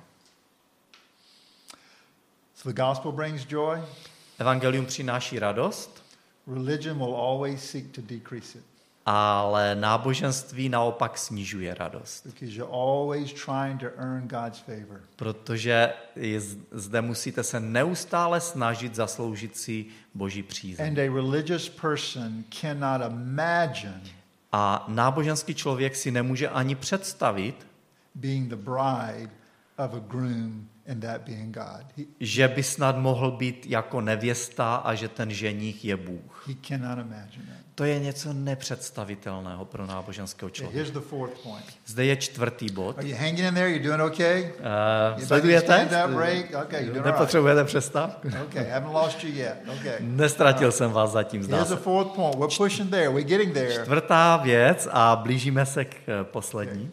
So the gospel brings joy. Evangelium přináší radost, Religion will always seek to decrease it. ale náboženství naopak snižuje radost. Because you're always trying to earn God's favor. Protože zde musíte se neustále snažit zasloužit si Boží přízeň. And a religious person cannot imagine A náboženský člověk si nemůže ani představit, being the bride of a groom and that being God. že by snad mohl být jako nevěsta a že ten ženích je Bůh. He cannot imagine that. To je něco nepředstavitelného pro náboženského Okay, člověka. here's the fourth point. Zde je čtvrtý bod. Are you hanging in there? You doing okay? Sledujete? Okay, you're doing all right. Nepotřebujete přestávku? Okay, haven't lost you yet. Okay. Nestratil jsem vás zatím, zdá Here's the se. fourth point. We're pushing there. We're getting there. Čtvrtá věc a blížíme se k poslední.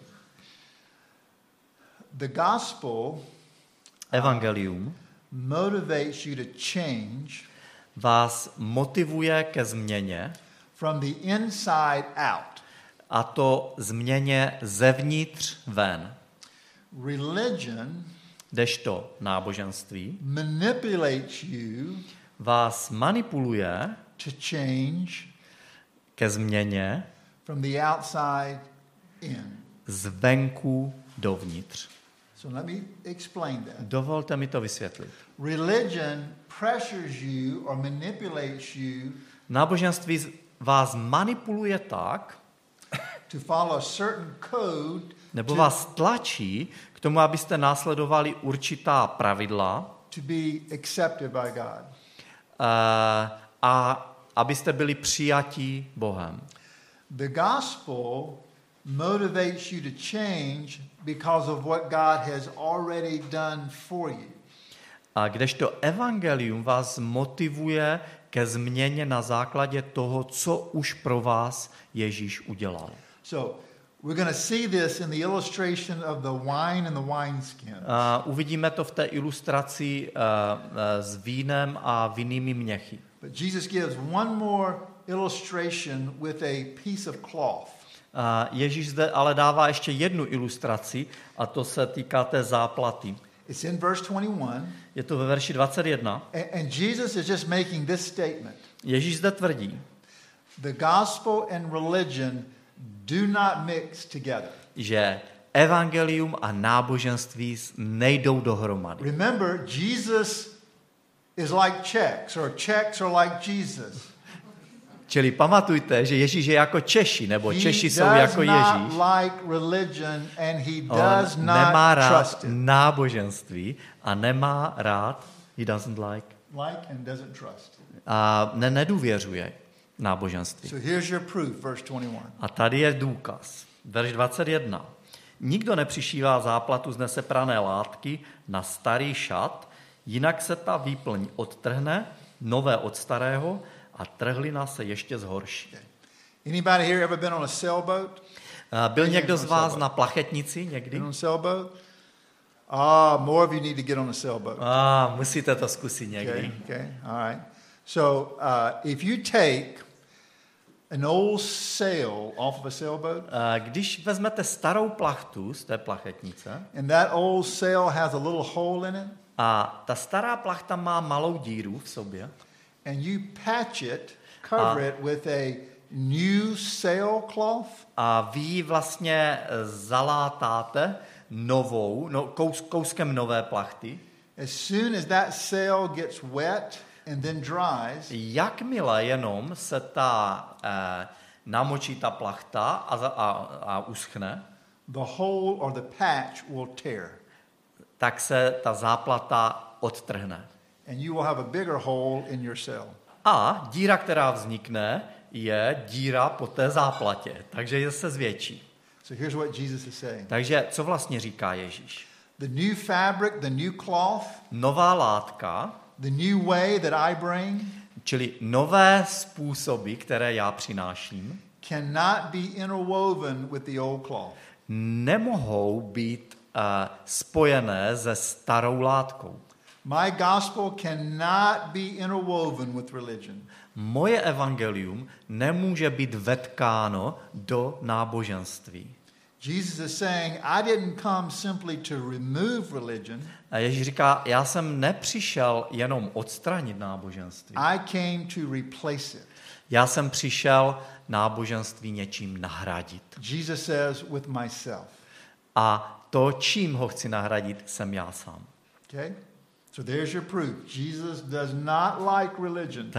The gospel Evangelium motivates you to change vás motivuje ke změně, from the inside out. a to změně zevnitř ven. Religion Kdežto náboženství manipulates you vás manipuluje to change ke změně from the outside in. zvenku dovnitř. So let me explain that. Dovolte mi to vysvětlit. Religion pressures you or manipulates you Náboženství vás manipuluje tak, to follow a certain code nebo vás tlačí k tomu, abyste následovali určitá pravidla to be accepted by God. a abyste byli přijatí Bohem. The gospel motivates you to change because of what God has already done for you. A kdežto evangelium vás motivuje ke změně na základě toho, co už pro vás Ježíš udělal. So we're going to see this in the illustration of the wine and the wineskin. Uvidíme to v té ilustraci s vínem a vinnými měchy. But Jesus gives one more illustration with a piece of cloth. Ježíš zde ale dává ještě jednu ilustraci a to se týká té záplaty. It's in verse 21. Je to ve verši 21. And Jesus is just making this statement. Ježíš zde tvrdí, The gospel and religion do not mix together. že evangelium a náboženství nejdou dohromady. Remember, Jesus is like Czechs, or Czechs are like Jesus. Čili pamatujte, že Ježíš je jako Češi, nebo Češi jsou He jako does not Ježíš. like religion and he does On nemá not trust rád it. náboženství a nemá rád, he doesn't like, Like and doesn't trust. a nedůvěřuje náboženství. So here's your proof, verse 21. A tady je důkaz. Verš 21. Nikdo nepřišívá záplatu z neseprané látky na starý šat, jinak se ta výplň odtrhne, nové od starého, a trhlina se ještě zhorší. Anybody here ever been on a sailboat? Byl někdo z vás na plachetnici někdy? Been on a sailboat? More of you need to get on a sailboat. Musíte to zkusit Okay, někdy. okay, all right. So if you take an old sail off of a sailboat, Když vezmete starou plachtu z té plachetnice and that old sail has a little hole in it, a ta stará plachta má malou díru v sobě and you patch it, cover it with a new sailcloth. A vy ji vlastně zalátáte kouskem nové plachty. As soon as that sail gets wet and then dries, Jakmile jenom se namočí ta plachta a uschne, the hole or the patch will tear. tak se ta záplata odtrhne. And you will have a bigger hole in your sail. A díra, která vznikne, je díra po té záplatě, takže se zvětší. So here's what Jesus is saying. Takže co vlastně říká Ježíš? The new fabric, the new cloth, Nová látka, the new way that I bring čili nové způsoby, které já přináším, cannot be interwoven with the old cloth. nemohou být spojené se starou látkou. My gospel cannot be interwoven with religion. Moje evangelium nemůže být vetkáno do náboženství. Jesus is saying, I didn't come simply to remove religion. A Ježíš říká, já jsem nepřišel jenom odstranit náboženství. I came to replace it. Já jsem přišel náboženství něčím nahradit. Jesus says, with myself. A to, čím ho chci nahradit, jsem já sám. Okay? So there's your proof. Jesus does not like religion.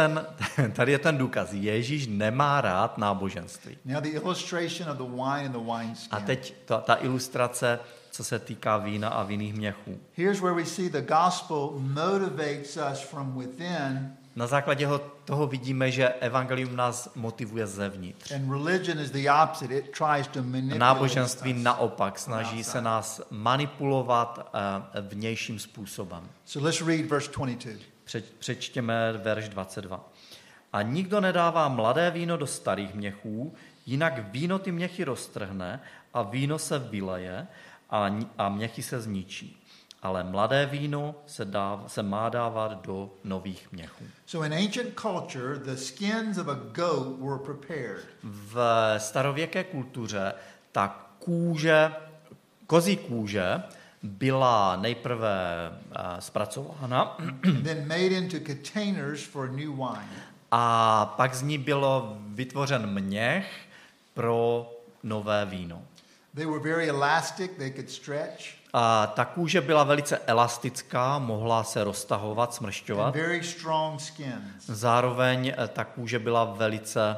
Tady je ten důkaz. Ježíš nemá rád náboženství. Now the illustration of the wine and the A wineskin. teď ta ilustrace, co se týká vína a vinných měchů. Here's where we see the gospel motivates us from within. Na základě toho vidíme, že evangelium nás motivuje zevnitř. And religion is the opposite. It tries to manipulate Náboženství us. naopak snaží se nás manipulovat vnějším způsobem. So let's read verse 22. Přečtěme verš 22. A nikdo nedává mladé víno do starých měchů, jinak víno ty měchy roztrhne a víno se vyleje a měchy se zničí. Ale mladé víno se má dávat do nových měchů. So in ancient culture, the skins of a goat were prepared. V starověké kultuře ta kozí kůže byla nejprve zpracována And then made into containers for new wine. a pak z ní bylo vytvořen měch pro nové víno. They were very elastic, they could stretch. A ta kůže byla velice elastická, mohla se roztahovat, And smršťovat. very strong skins, Zároveň ta kůže byla velice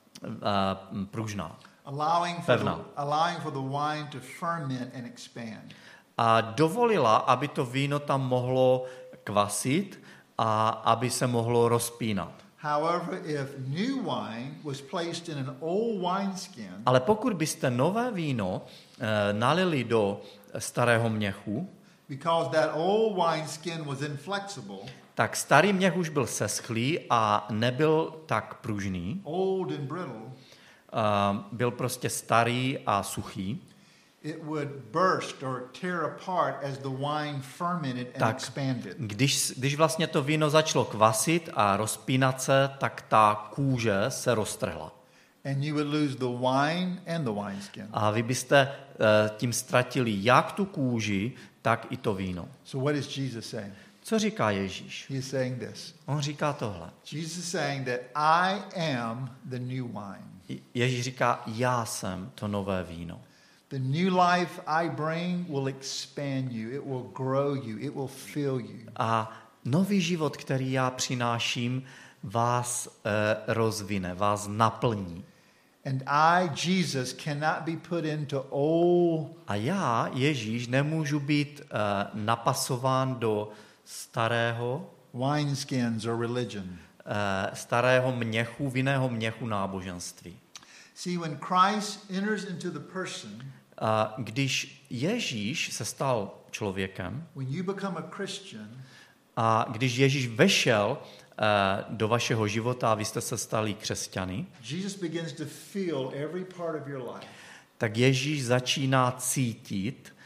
pružná. Pevná. allowing for the wine to ferment and expand. A dovolila, aby to víno tam mohlo kvasit a aby se mohlo rozpínat. However, if new wine was placed in an old wineskin, Ale pokud byste nové víno nalili do starého měchu, because that old wineskin was inflexible, tak starý měch už byl seschlý a nebyl tak pružný. old and brittle, Byl prostě starý a suchý. it would burst or tear apart as the wine fermented and Tak expanded. když vlastně to víno začalo kvasit a rozpínat se, tak ta kůže se roztrhla. And you would lose the wine and the wineskin. A vy byste tím ztratili jak tu kůži, tak i to víno. So what is Jesus saying? Co říká Ježíš? He is saying this. On říká tohle. Jesus is saying that I am the new wine. Ježíš říká, já jsem to nové víno. The new life I bring will expand you. It will grow you. It will fill you. A nový život, který já přináším, vás rozvine, vás naplní. And I, Jesus, cannot be put into old A já, Ježíš, nemůžu být napasován do starého wineskins or religion. Starého měchu, vinného měchu náboženství. See, when Christ enters into the person, Když Ježíš se stal člověkem when you become a Christian, a když Ježíš vešel do vašeho života a vy jste se stali křesťany, Jesus begins to feel every part of your life. tak Ježíš začíná cítit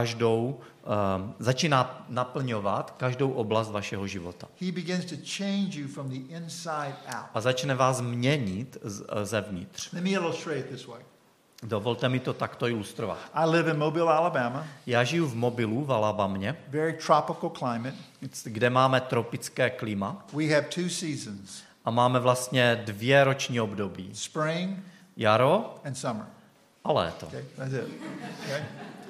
začíná naplňovat každou oblast vašeho života. He begins to change you from the inside out. A začne vás měnit zevnitř. Let me illustrate it this way. Dovolte mi to takto ilustrovat. I live in Mobile, Alabama, Já žiju v Mobilu v Alabamě, very tropical climate. kde máme tropické klima We have two seasons. a máme vlastně 2 roční období. Spring Jaro and summer. a léto. Okay, that's it. Okay?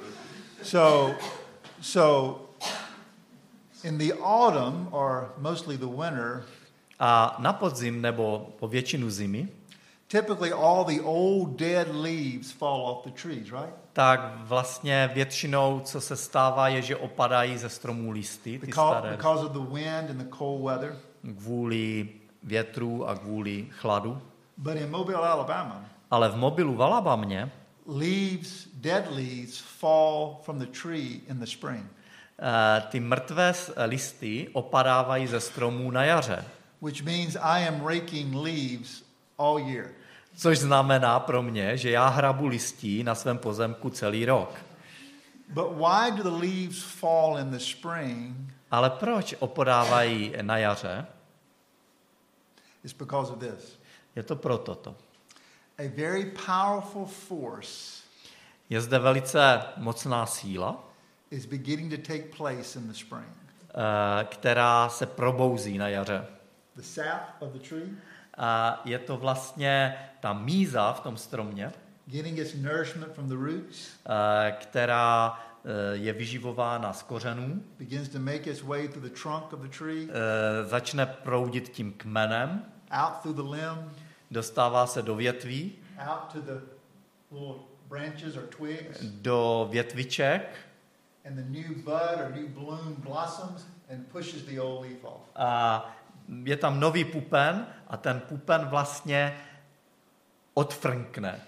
So in the autumn, or mostly the winter, A na podzim nebo po většinu zimy, typically all the old dead leaves fall off the trees, right? tak vlastně většinou, co se stává, je, že opadají ze stromů listy, ty staré, Because of the wind and the cold weather. kvůli větru a kvůli chladu. But in Mobile, Alabama, Ale v Mobilu v Alabamě dead leaves fall from the tree in the spring. ty mrtvé listy opadávají ze stromů na jaře. Which means I am raking leaves all year. Což znamená pro mě, že já hrabu listí na svém pozemku celý rok. But why do the leaves fall in the spring? Ale proč opadávají na jaře? It's because of this. Je to proto to. A very powerful force Je zde velice mocná síla, is beginning to take place in the spring. která se probouzí na jaře. The sap of the tree, A je to vlastně ta míza v tom stromě, getting its nourishment from the roots, která je vyživována z kořenů, begins to make its way through the trunk of the tree, začne proudit tím kmenem, out through the limb, dostává se do větví, out to the little branches or twigs, do větviček and the new bud or new bloom blossoms and pushes the old leaf off. a je tam nový pupen a ten pupen vlastně odfrnkne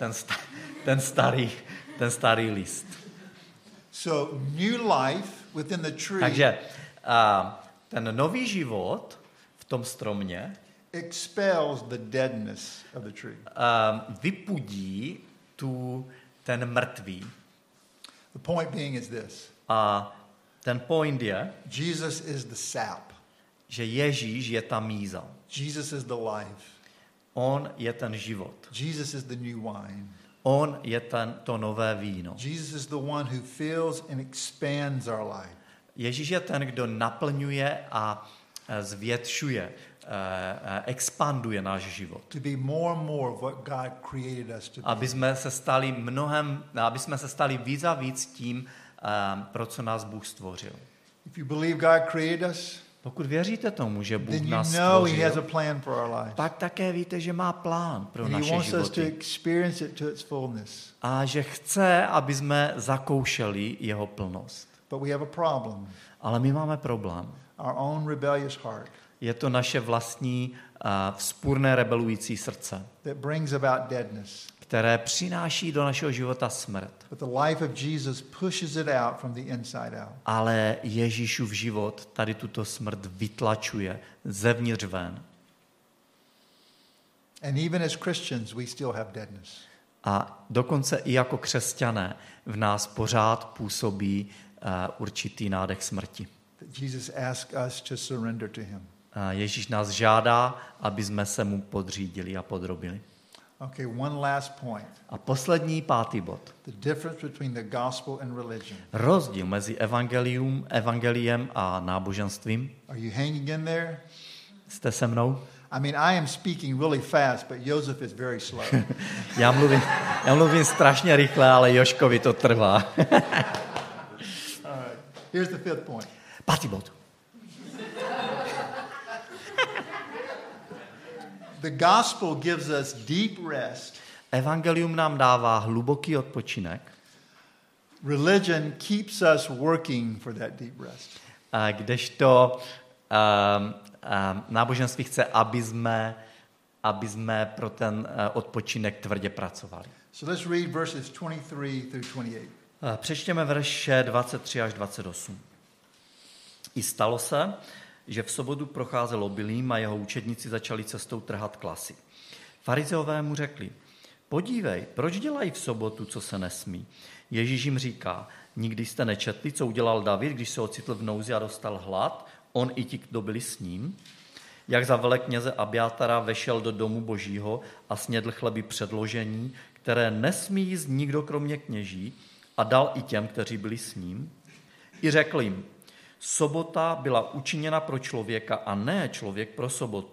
ten starý list. So new life within the tree Takže ten nový život v tom stromě expels the deadness of the tree. vypudí ten mrtvý. The point being is this. A ten point je, Jesus is the sap. že Ježíš je ta míza. Jesus is the life. On je ten život. Jesus is the new wine. On je to nové víno. Jesus is the one who fills and expands our life. Ježíš je ten, kdo naplňuje a zvětšuje, expanduje náš život. To be more and more of what God created us to be. Aby jsme se stali víc a víc tím, pro co nás Bůh stvořil. If you believe God created us, Pokud věříte tomu, že Bůh then you nás know He has a stvořil, plan for our lives. pak také víte, že má plán pro And He naše wants us to životy. experience it to its fullness. A že chce, aby jsme zakoušeli jeho plnost. But we have a problem. Ale my máme problém. Our own rebellious heart Je to naše vlastní vzpurné rebelující srdce, that brings about deadness. které přináší do našeho života smrt. But the life of Jesus pushes it out from the inside out. Ale Ježíšův život tady tuto smrt vytlačuje zevnitř ven. And even as Christians, we still have deadness. A dokonce i jako křesťané v nás pořád působí určitý nádech smrti. That Jesus asks us to surrender to Him. Ježíš nás žádá, aby jsme se mu podřídili a podrobili. Okay, one last point. A poslední, 5. bod. The difference between the gospel and religion. Rozdíl mezi evangeliem a náboženstvím. Are you hanging in there? Jste se mnou? I mean, I am speaking really fast, but Joseph is very slow. Já mluvím strašně rychle, ale Joškovi to trvá. All right. Here's the 5th point. 5. bod. The gospel gives us deep rest. Evangelium nám dává hluboký odpočinek, Religion keeps us working for that deep rest. kdežto náboženství chce, aby jsme pro ten odpočinek tvrdě pracovali. So let's read verses 23 through 28. Přečtěme verše 23 až 28. I stalo se, že v sobotu procházel obilím a jeho učedníci začali cestou trhat klasy. Farizeové mu řekli, podívej, proč dělají v sobotu, co se nesmí? Ježíš jim říká, nikdy jste nečetli, co udělal David, když se ocitl v nouzi a dostal hlad, on i ti, kdo byli s ním? Jak za velekněze Abiatara vešel do domu Božího a snědl chleby předložení, které nesmí jíst nikdo kromě kněží, a dal i těm, kteří byli s ním? I řekl jim, sobota byla učiněna pro člověka a ne člověk pro sobotu.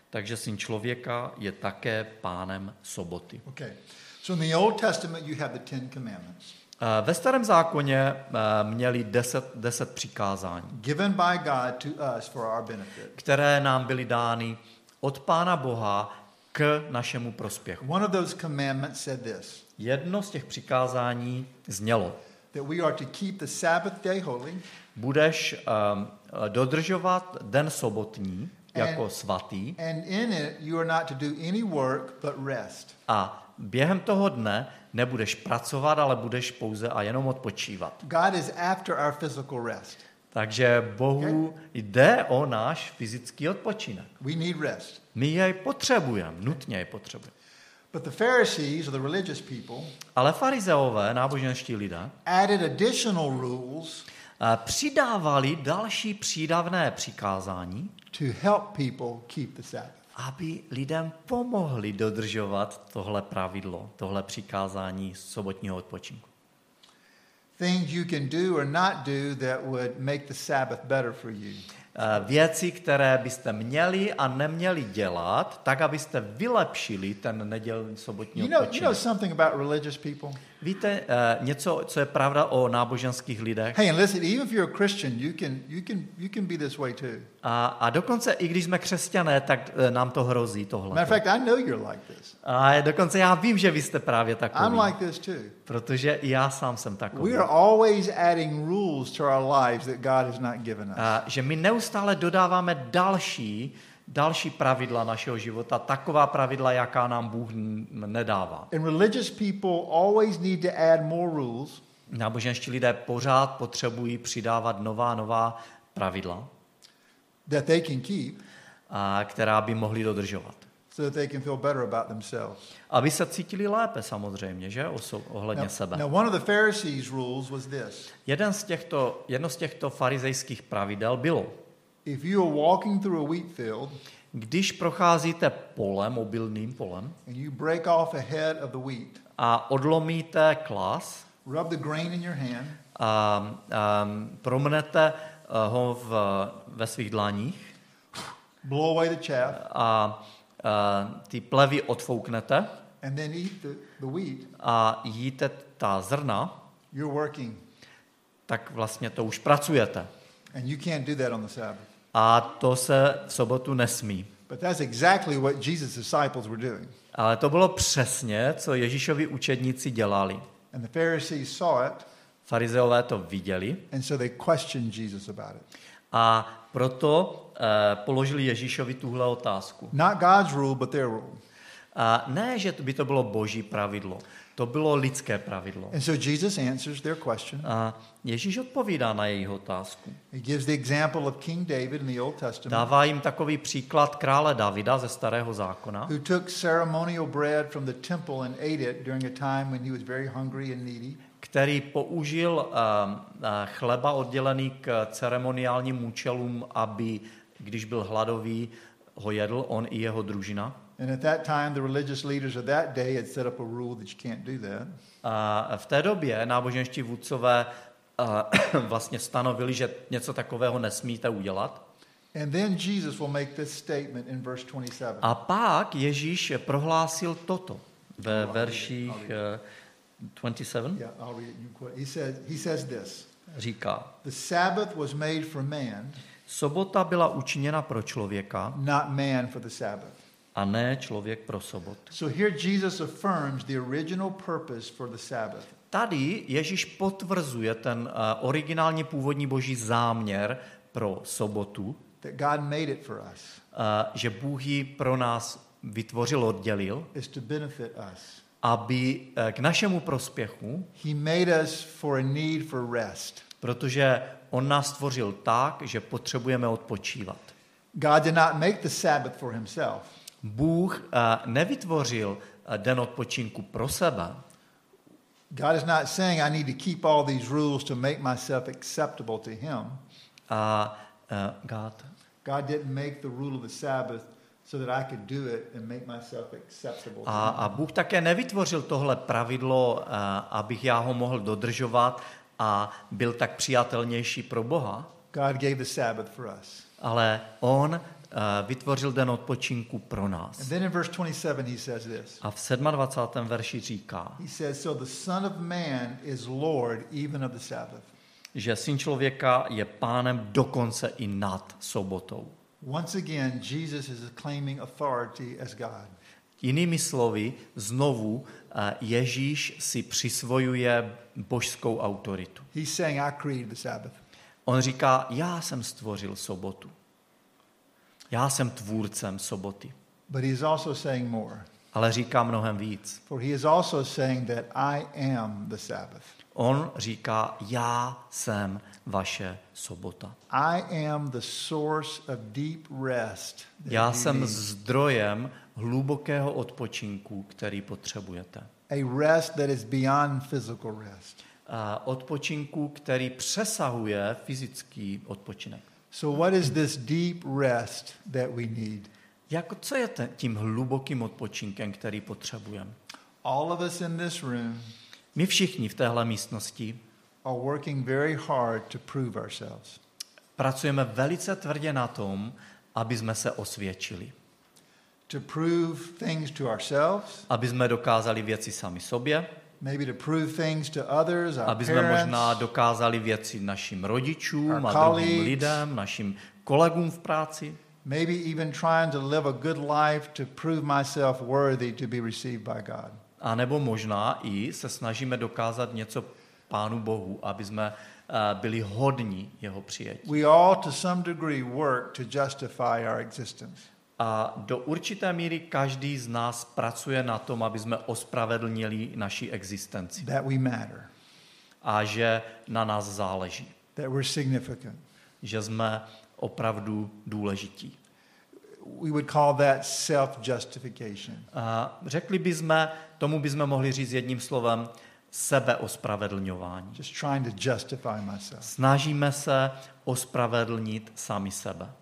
takže Syn člověka je také pánem soboty. Okay. So in the Old Testament, you have the Ten Commandments. Ve Starém zákoně měli 10 přikázání, Given by God to us for our benefit. které nám byly dány od Pána Boha k našemu prospěchu. One of those commandments said this, Jedno z těch přikázání znělo: that we are to keep the Sabbath day holy budeš dodržovat den sobotní jako svatý and in it you are not to do any work but rest. a během toho dne nebudeš pracovat, ale budeš pouze a jenom odpočívat. God is after our physical rest. Takže Bohu jde o náš fyzický odpočinek. We need rest. My jej potřebujeme, nutně jej potřebujeme. But the Pharisees, or the religious people, Ale farizeové, náboženští lidé, added additional rules přidávali další přídavné přikázání, to help people keep the Sabbath. aby lidem pomohli dodržovat tohle pravidlo, tohle přikázání sobotního odpočinku. Things you can do or not do that would make the Sabbath better for you. Věci, které byste měli a neměli dělat, tak, abyste vylepšili ten nedělní sobotní You know odpočinek. something about religious people? Víte něco, co je pravda o náboženských lidech? Hey, and listen, even if you're a Christian, you can be this way too. A dokonce i když jsme křesťané, tak nám to hrozí tohle. Matter of fact, I know you're like this. A dokonce já vím, že vy jste právě takový. I'm like this too. Protože i já sám jsem takový. We are always adding rules to our lives that God has not given us. Že my neustále dodáváme další pravidla našeho života, taková pravidla, jaká nám Bůh nedává. And religious people always need to add more rules Náboženští lidé pořád potřebují přidávat nová pravidla, that they can keep která by mohli dodržovat. so that they can feel better about themselves. Aby se cítili lépe samozřejmě, že? Ohledně sebe. Now, one of the Pharisees' rules was this. Jedno z těchto farizejských pravidel bylo: If you are walking through a wheat field když procházíte polem, obilným polem, and you break off a head of the wheat, a odlomíte klas, rub the grain in your hand, promnete ho ve svých dlaních blow away the chaff, a ty plevy odfouknete and then eat the wheat, a jíte ta zrna, you're working. tak vlastně to už pracujete. And you can't do that on the Sabbath. A to se v sobotu nesmí. But that's exactly what Jesus' disciples were doing. Ale to bylo přesně, co Ježíšovi učedníci dělali. And the Pharisees saw it, Farizeové to viděli and so they questioned Jesus about it. a proto položili Ježíšovi tuhle otázku. Not God's rule, but their rule. Ne, že by to bylo boží pravidlo. To bylo lidské pravidlo. And so Jesus answers their question. A Ježíš odpovídá na jejich otázku. He gives the example of King David in the Old Testament, Dává jim takový příklad krále Davida ze Starého zákona, who took ceremonial bread from the temple and ate it during a time when he was very hungry and needy. který použil chleba oddělený k ceremoniálním účelům, aby, když byl hladový, ho jedl on i jeho družina. And at that time, the religious leaders of that day had set up a rule that you can't do that. A v té době náboženští vůdcové vlastně stanovili, že něco takového nesmíte udělat. And then Jesus will make this statement in verse 27. A pak Ježíš prohlásil toto ve verších 27. Yeah, I'll read it. You quote. He says this. Říká: The Sabbath was made for man, sobota byla učiněna pro člověka not man for the Sabbath. a ne člověk pro sobotu. So here Jesus affirms the original purpose for the Sabbath. Tady Ježíš potvrzuje ten originální původní boží záměr pro sobotu, That God made it for us že Bůh ji pro nás vytvořil, oddělil, is to benefit us. aby k našemu prospěchu, He made us for a need for rest. protože on nás stvořil tak, že potřebujeme odpočívat. God did not make the Sabbath for himself. Bůh nevytvořil den odpočinku pro sebe. God is not saying I need to keep all these rules to make myself acceptable to him. God didn't make the rule of the Sabbath so that I could do it and make myself acceptable to him. A Bůh také nevytvořil tohle pravidlo, abych já ho mohl dodržovat a byl tak přijatelnější pro Boha. God gave the Sabbath for us. ale on vytvořil den odpočinku pro nás. And then in verse 27 he says this. A v 27. verši říká, He says, so the Son of Man is Lord even of the Sabbath. že syn člověka je pánem dokonce i nad sobotou. Once again, Jesus is claiming authority as God. Jinými slovy, znovu Ježíš si přisvojuje božskou autoritu. He's saying, I created the Sabbath. On říká, já jsem stvořil sobotu. Já jsem tvůrcem soboty. But he's also saying more. Ale říká mnohem víc. For he is also saying that I am the Sabbath. On říká, já jsem vaše sobota. I am the source of deep rest. Já you jsem need. zdrojem hlubokého odpočinku, který potřebujete. A rest that is beyond physical rest. Odpočinku, který přesahuje fyzický odpočinek. So what is this deep rest that we need? Co je tím hlubokým odpočinkem, který potřebujeme? All of us in this room My všichni v téhle místnosti are working very hard to prove ourselves. pracujeme velice tvrdě na tom, aby jsme se osvědčili. To prove things to ourselves, Aby jsme dokázali věci sami sobě, maybe to prove things to others, our aby jsme možná parents, dokázali věci našim rodičům Our a druhým colleagues. lidem, našim kolegům v práci, maybe even trying to live a good life to prove myself worthy to be received by God. a nebo možná i se snažíme dokázat něco Pánu Bohu, aby jsme byli hodní jeho přijetí. We all to some degree work to justify our existence. A do určité míry každý z nás pracuje na tom, aby jsme ospravedlnili naši existenci. That we matter, A že na nás záleží. that we're significant. Že jsme opravdu důležití. We would call that self-justification. A řekli bychom, tomu bychom mohli říct jedním slovem, sebeospravedlňování. Just trying to justify myself. Snažíme se ospravedlnit sami sebe.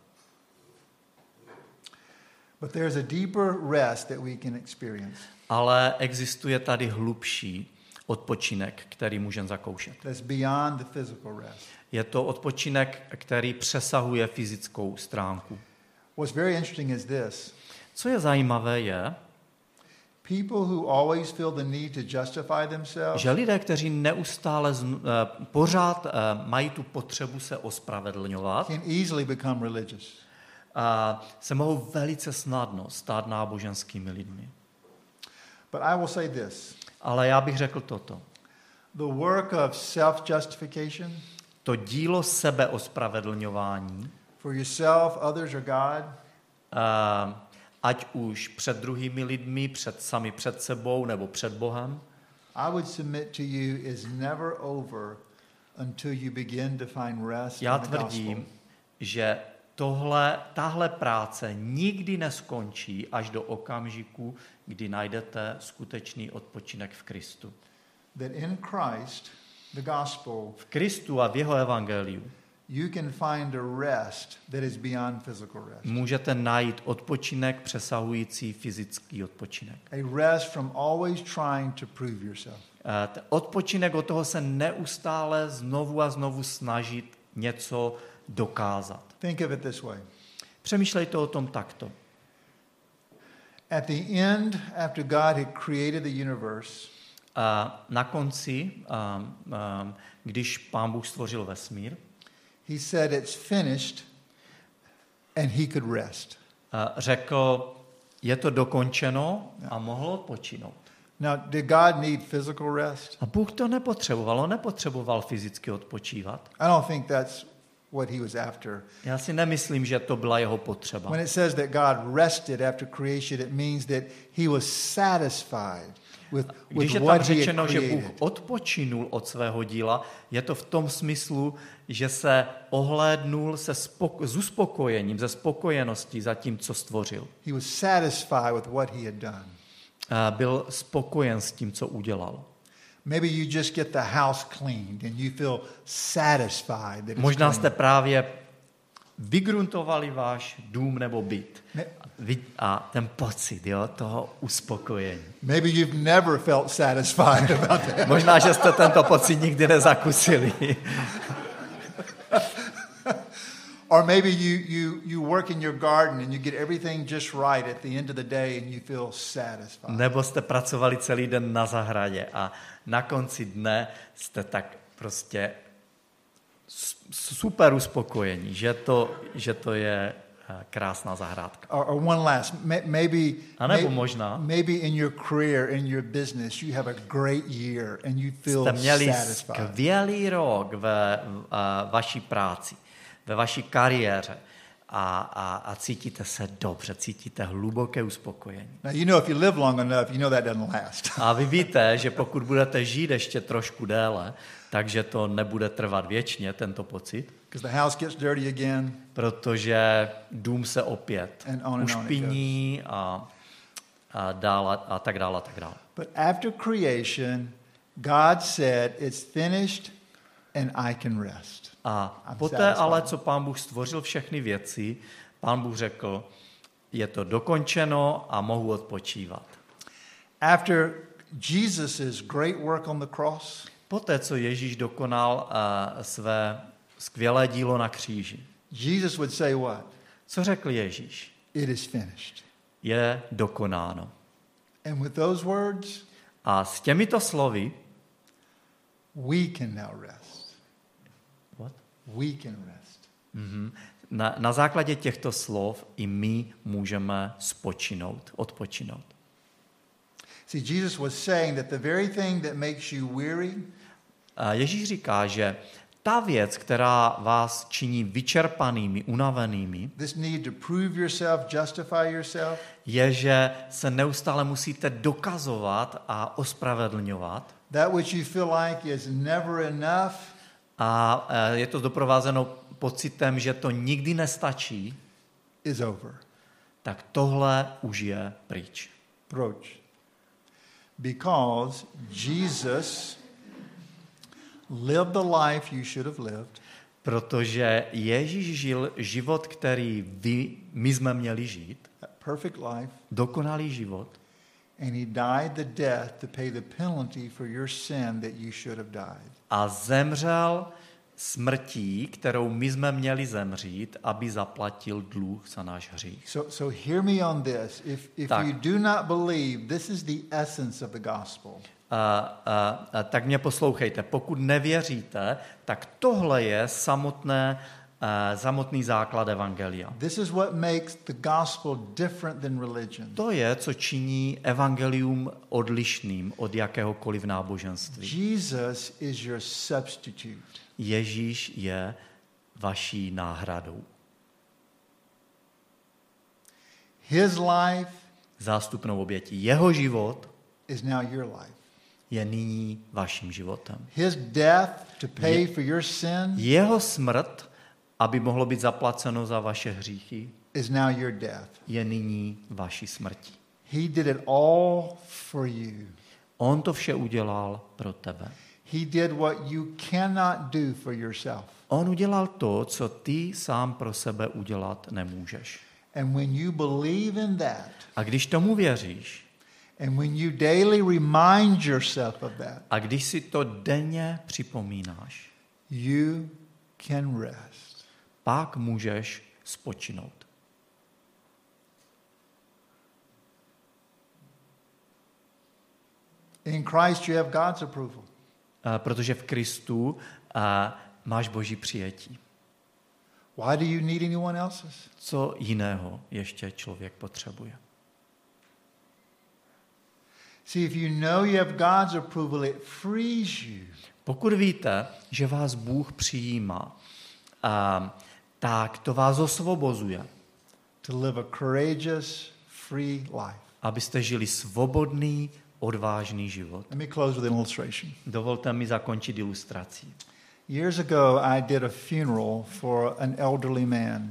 But there's a deeper rest that we can experience. Ale existuje tady hlubší odpočinek, který můžeme zakoušet. That's beyond the physical rest. Je to odpočinek, který přesahuje fyzickou stránku. What's very interesting is this. Co je zajímavé je, People who always feel the need to justify themselves že lidé, kteří neustále pořád mají tu potřebu se ospravedlňovat, can easily become religious. se mohou velice snadno stát náboženskými lidmi. But I will say this. Ale já bych řekl toto. The work of self-justification To dílo sebeospravedlňování, for yourself, others, or God, ať už před druhými lidmi, sami před sebou nebo před Bohem, I would submit to you is never over until you begin to find rest já in the gospel. tvrdím, že tahle práce nikdy neskončí až do okamžiku, kdy najdete skutečný odpočinek v Kristu. That in Christ, the gospel, V Kristu a v jeho evangeliu you can find a rest that is beyond physical rest. můžete najít odpočinek přesahující fyzický odpočinek. A rest from always trying to prove yourself. Odpočinek od toho se neustále znovu a znovu snažit něco dokázat. Think of it this way. Přemýšlejte o tom takto. At the end, after God had created the universe, Na konci, když Pán Bůh stvořil vesmír, he said it's finished and he could rest. řekl, je to dokončeno a mohl odpočinout. Now, did God need physical rest? A Bůh to nepotřeboval, on nepotřeboval fyzicky odpočívat. I don't think that's what he was after. Já si nemyslím, že to byla jeho potřeba. When it says that God rested after creation, it means that he was satisfied Když with je tam what he had řečeno, že Bůh created. odpočinul od svého díla, je to v tom smyslu, že se ohlédnul s uspokojením, ze spokojeností za tím, co stvořil. He was satisfied with what he had done. Byl spokojen s tím, co udělal. Maybe you just get the house cleaned and you feel satisfied that it's Možná clean. jste právě vygruntovali váš dům nebo byt. A ten pocit, toho uspokojení. Maybe you've never felt satisfied about that. Možná, že jste tento pocit nikdy nezakusili. Or maybe you work in your garden and you get everything just right at the end of the day and you feel satisfied. Nebo jste pracovali celý den na zahradě a na konci dne jste tak prostě super uspokojení, že to je krásná zahrádka. Or one last, maybe in your career, in your business, you have a great year and you feel jste měli satisfied. skvělý rok ve vaší práci, ve vaší kariéře a cítíte se dobře, cítíte hluboké uspokojení. Now, you know, if you live long enough, you know that doesn't last. A vy víte, že pokud budete žít ještě trošku déle, takže to nebude trvat věčně, tento pocit. Because the house gets dirty again. Protože dům se opět on ušpiní a dále a tak dále. But after creation, God said, it's finished and I can rest. A I'm poté satisfied. ale, co Pán Bůh stvořil všechny věci, Pán Bůh řekl, je to dokončeno a mohu odpočívat. After Jesus' great work on the cross, Poté, co Ježíš dokonal své skvělé dílo na kříži, Jesus would say what? co řekl Ježíš? It is finished. Je dokonáno. And with those words, A s těmito slovy we can now rest. What? We can rest. Na základě těchto slov i my můžeme odpočinout. See, Jesus was saying that the very thing that makes you weary, Ježíš říká, že ta věc, která vás činí vyčerpanými, unavenými, this need to prove yourself, justify yourself, je, že se neustále musíte dokazovat a ospravedlňovat. that which you feel like is never enough, A je to doprovázeno pocitem, že to nikdy nestačí, is over. tak tohle už je pryč. Proč? Because Jesus lived the life you should have lived. Protože Ježíš žil život, který my jsme měli žít, That perfect life, dokonalý život, and he died the death to pay the penalty for your sin that you should have died. a zemřel smrtí, kterou my jsme měli zemřít, aby zaplatil dluh za náš hřích. So hear me on this. If Tak. you do not believe, this is the essence of the gospel. Tak mě poslouchejte. Pokud nevěříte, tak tohle je samotný základ evangelia. This is what makes the gospel different than religion. To je, co činí evangelium odlišným od jakéhokoliv náboženství. Jesus is your substitute. Ježíš je vaší náhradou. His life Zástupnou obětí. Jeho život is now your life. je nyní vaším životem. His death to pay for your sin Jeho smrt, aby mohlo být zaplaceno za vaše hříchy, is now your death. je nyní vaší smrtí. He did it all for you. On to vše udělal pro tebe. He did what you cannot do for yourself. On udělal to, co ty sám pro sebe udělat nemůžeš. And when you believe in that, A když tomu věříš, and when you daily remind yourself of that, a když si to denně připomínáš, you can rest. pak můžeš spočinout. In Christ you have God's approval. Protože v Kristu máš Boží přijetí. Why do you need anyone else's? Co jiného ještě člověk potřebuje? See, if you know you have God's approval, it frees you. Pokud víte, že vás Bůh přijímá, tak to vás osvobozuje, To live a courageous, free life. abyste žili svobodný, odvážný život. Let me close with an illustration. Dovolte mi zakončit ilustrací. Years ago, I did a funeral for an elderly man.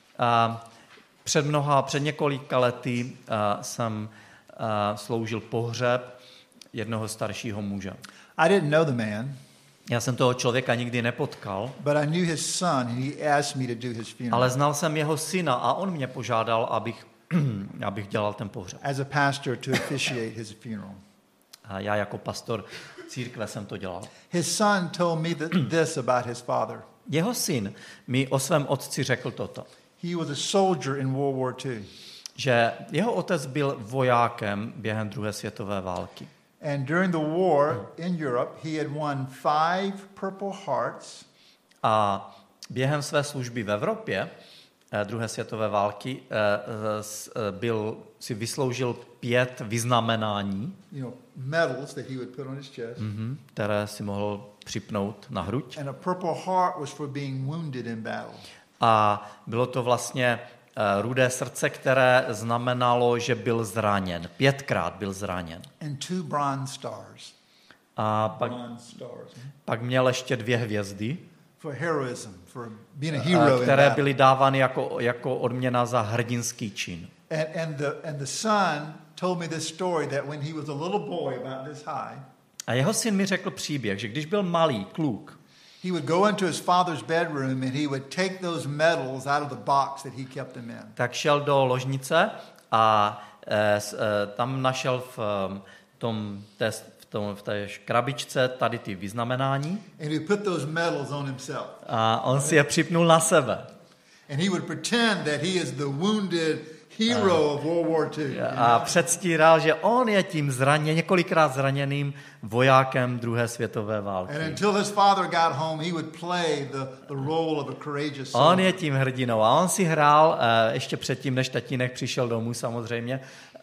Před několika lety jsem sloužil pohřeb jednoho staršího muže. I didn't know the man, Já jsem toho člověka nikdy nepotkal, but I knew his son, and he asked me to do his funeral. ale znal jsem jeho syna a on mě požádal, abych dělal ten pohřeb. As a pastor to officiate his funeral. A já jako pastor církve jsem to dělal. His son told me this about his father. Jeho syn mi o svém otci řekl toto, He was a soldier in World War II. že jeho otec byl vojákem během druhé světové války. And during the war in Europe, he had won 5 Purple Hearts. A během své služby v Evropě druhé světové války si vysloužil 5 vyznamenání, Medals that he would put on his chest. které si mohl připnout na hruď. And a Purple Heart was for being wounded in battle. A bylo to vlastně rudé srdce, které znamenalo, že byl zraněn. 5krát byl zraněn. And 2 Bronze Stars. A pak měl ještě 2 hvězdy, for heroism, for being a hero které byly dávány jako odměna za hrdinský čin. And the son told me this story that when he was a little boy about this high, a jeho syn mi řekl příběh, že když byl malý kluk, he would go into his father's bedroom and he would take those medals out of the box that he kept them in. Tak šel do ložnice a tam našel v té krabičce tady ty vyznamenání. And he put those medals on himself. A on si je připnul na sebe. And he would pretend that he is the wounded hero of World War II. A předstíral, že on je tím několikrát zraněným vojákem druhé světové války. And until his father got home, he would play the role of a courageous soldier. On je tím hrdinou a on si hrál ještě předtím, než tatínek přišel domů samozřejmě,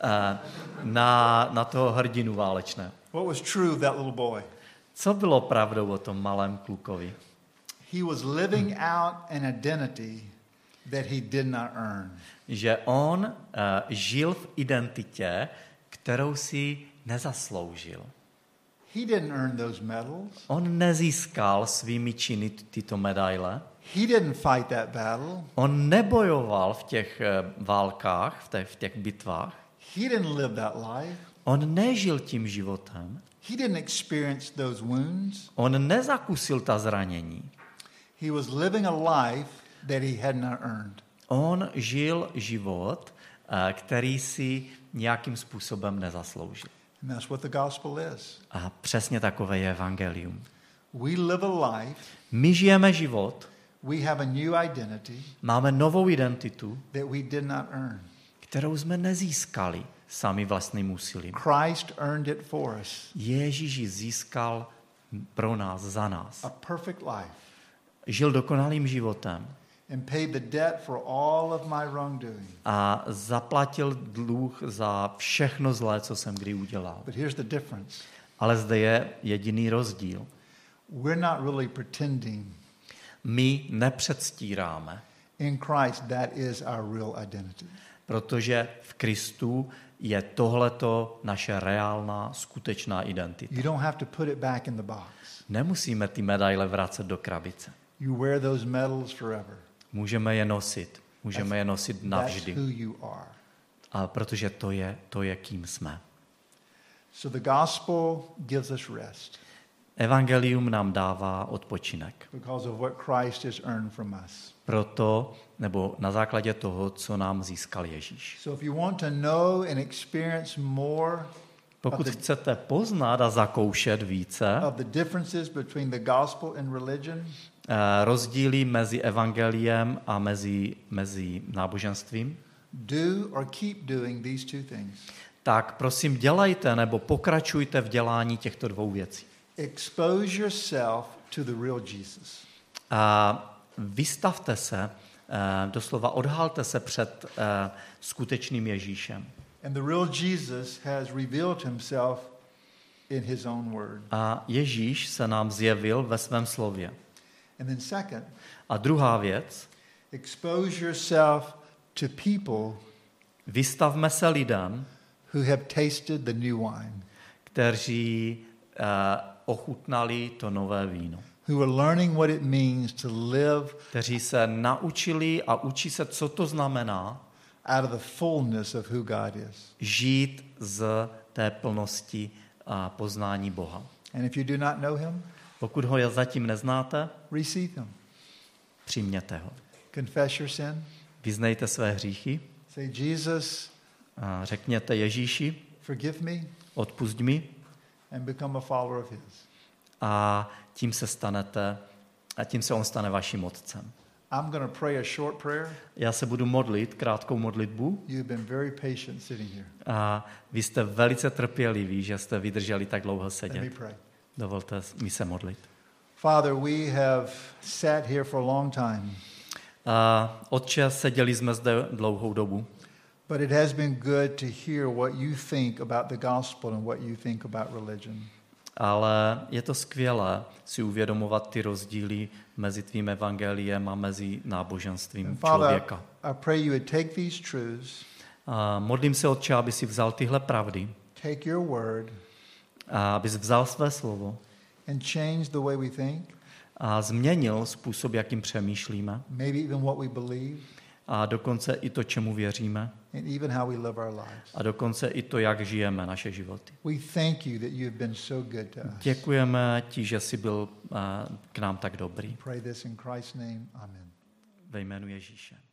na toho hrdinu válečného. What was true of that little boy? Co bylo pravdou o tom malém klukovi? He was living out an identity that he did not earn. Že on žil v identitě, kterou si nezasloužil. He didn't earn those medals. On nezískal svými činy tyto medaile. He didn't fight that battle. On nebojoval v těch válkách, v těch bitvách. He didn't live that life. On nežil tím životem. He didn't experience those wounds. On nezakusil ta zranění. He was living a life that he had not earned. On žil život, který si nějakým způsobem nezasloužil. And that's what the gospel is. A přesně takové je evangelium. We live a life. My žijeme život, We have a new identity máme novou identitu, that we did not earn. kterou jsme nezískali sami vlastním úsilím. Christ earned it for us. Ježíš ji získal pro nás, za nás. A perfect life. Žil dokonalým životem And paid the debt for all of my wrongdoing. a zaplatil dluh za všechno zlé, co jsem kdy udělal. But here's the difference. Ale zde je jediný rozdíl. We're not really pretending. My nepředstíráme, In Christ, that is our real identity. protože v Kristu je tohleto naše reálná, skutečná identita. You don't have to put it back in the box. Nemusíme ty medaile vracet do krabice. You wear those medals forever. Můžeme je nosit. Můžeme je nosit That's navždy. who you are. A protože to je kým jsme. So the gospel gives us rest Evangelium nám dává odpočinek. because of what Christ has earned from us. Proto, nebo na základě toho, co nám získal Ježíš. So if you want to know and experience more Pokud chcete poznat a zakoušet více of the differences between the gospel and religion, rozdíly mezi evangeliem a mezi náboženstvím, do or keep doing these two things. tak prosím dělejte nebo pokračujte v dělání těchto dvou věcí. Expose yourself to the real Jesus. Vystavte se, doslova odhalte se před skutečným Ježíšem. And the real Jesus has revealed himself in his own word. A Ježíš se nám zjevil ve svém slově. And then second, A druhá věc, expose yourself to people vystavme se lidem, who have tasted the new wine, kteří ochutnali to nové víno. who are learning what it means to live Kteří se naučili a učí se, co to znamená out of the fullness of who God is. žít z té plnosti a poznání Boha. And if you do not know him, Pokud ho zatím neznáte, receive him. přijměte ho. Confess your sin. Vyznejte své hříchy, Say, Jesus, a řekněte Ježíši, forgive me, odpusť mi, and become a follower of his. a tím se stanete A tím se on stane vaším otcem. I'm going to pray a short prayer. Já se budu modlit krátkou modlitbu. You've been very patient sitting here. A vy jste velice trpěliví, že jste vydrželi tak dlouho Let sedět. me pray. Dovolte mi se modlit. Father, we have sat here for a long time, Otče, seděli jsme zde dlouhou dobu, but it has been good to hear what you think about the gospel and what you think about religion. ale je to skvělé si uvědomovat ty rozdíly mezi tvým evangeliem a mezi náboženstvím And Father, člověka. I pray you would take these truths, Modlím se, Otče, aby si vzal tyhle pravdy, take your word, a abys vzal své slovo and change the way we think, a změnil způsob, jakým přemýšlíme, maybe even what we believe, a dokonce i to, čemu věříme, and even how we live our lives. a dokonce i to, jak žijeme naše životy. We thank you that you have been so good to us. Děkujeme ti, že jsi byl k nám tak dobrý. Pray this in Christ's name. Amen. Ve jménu Ježíše.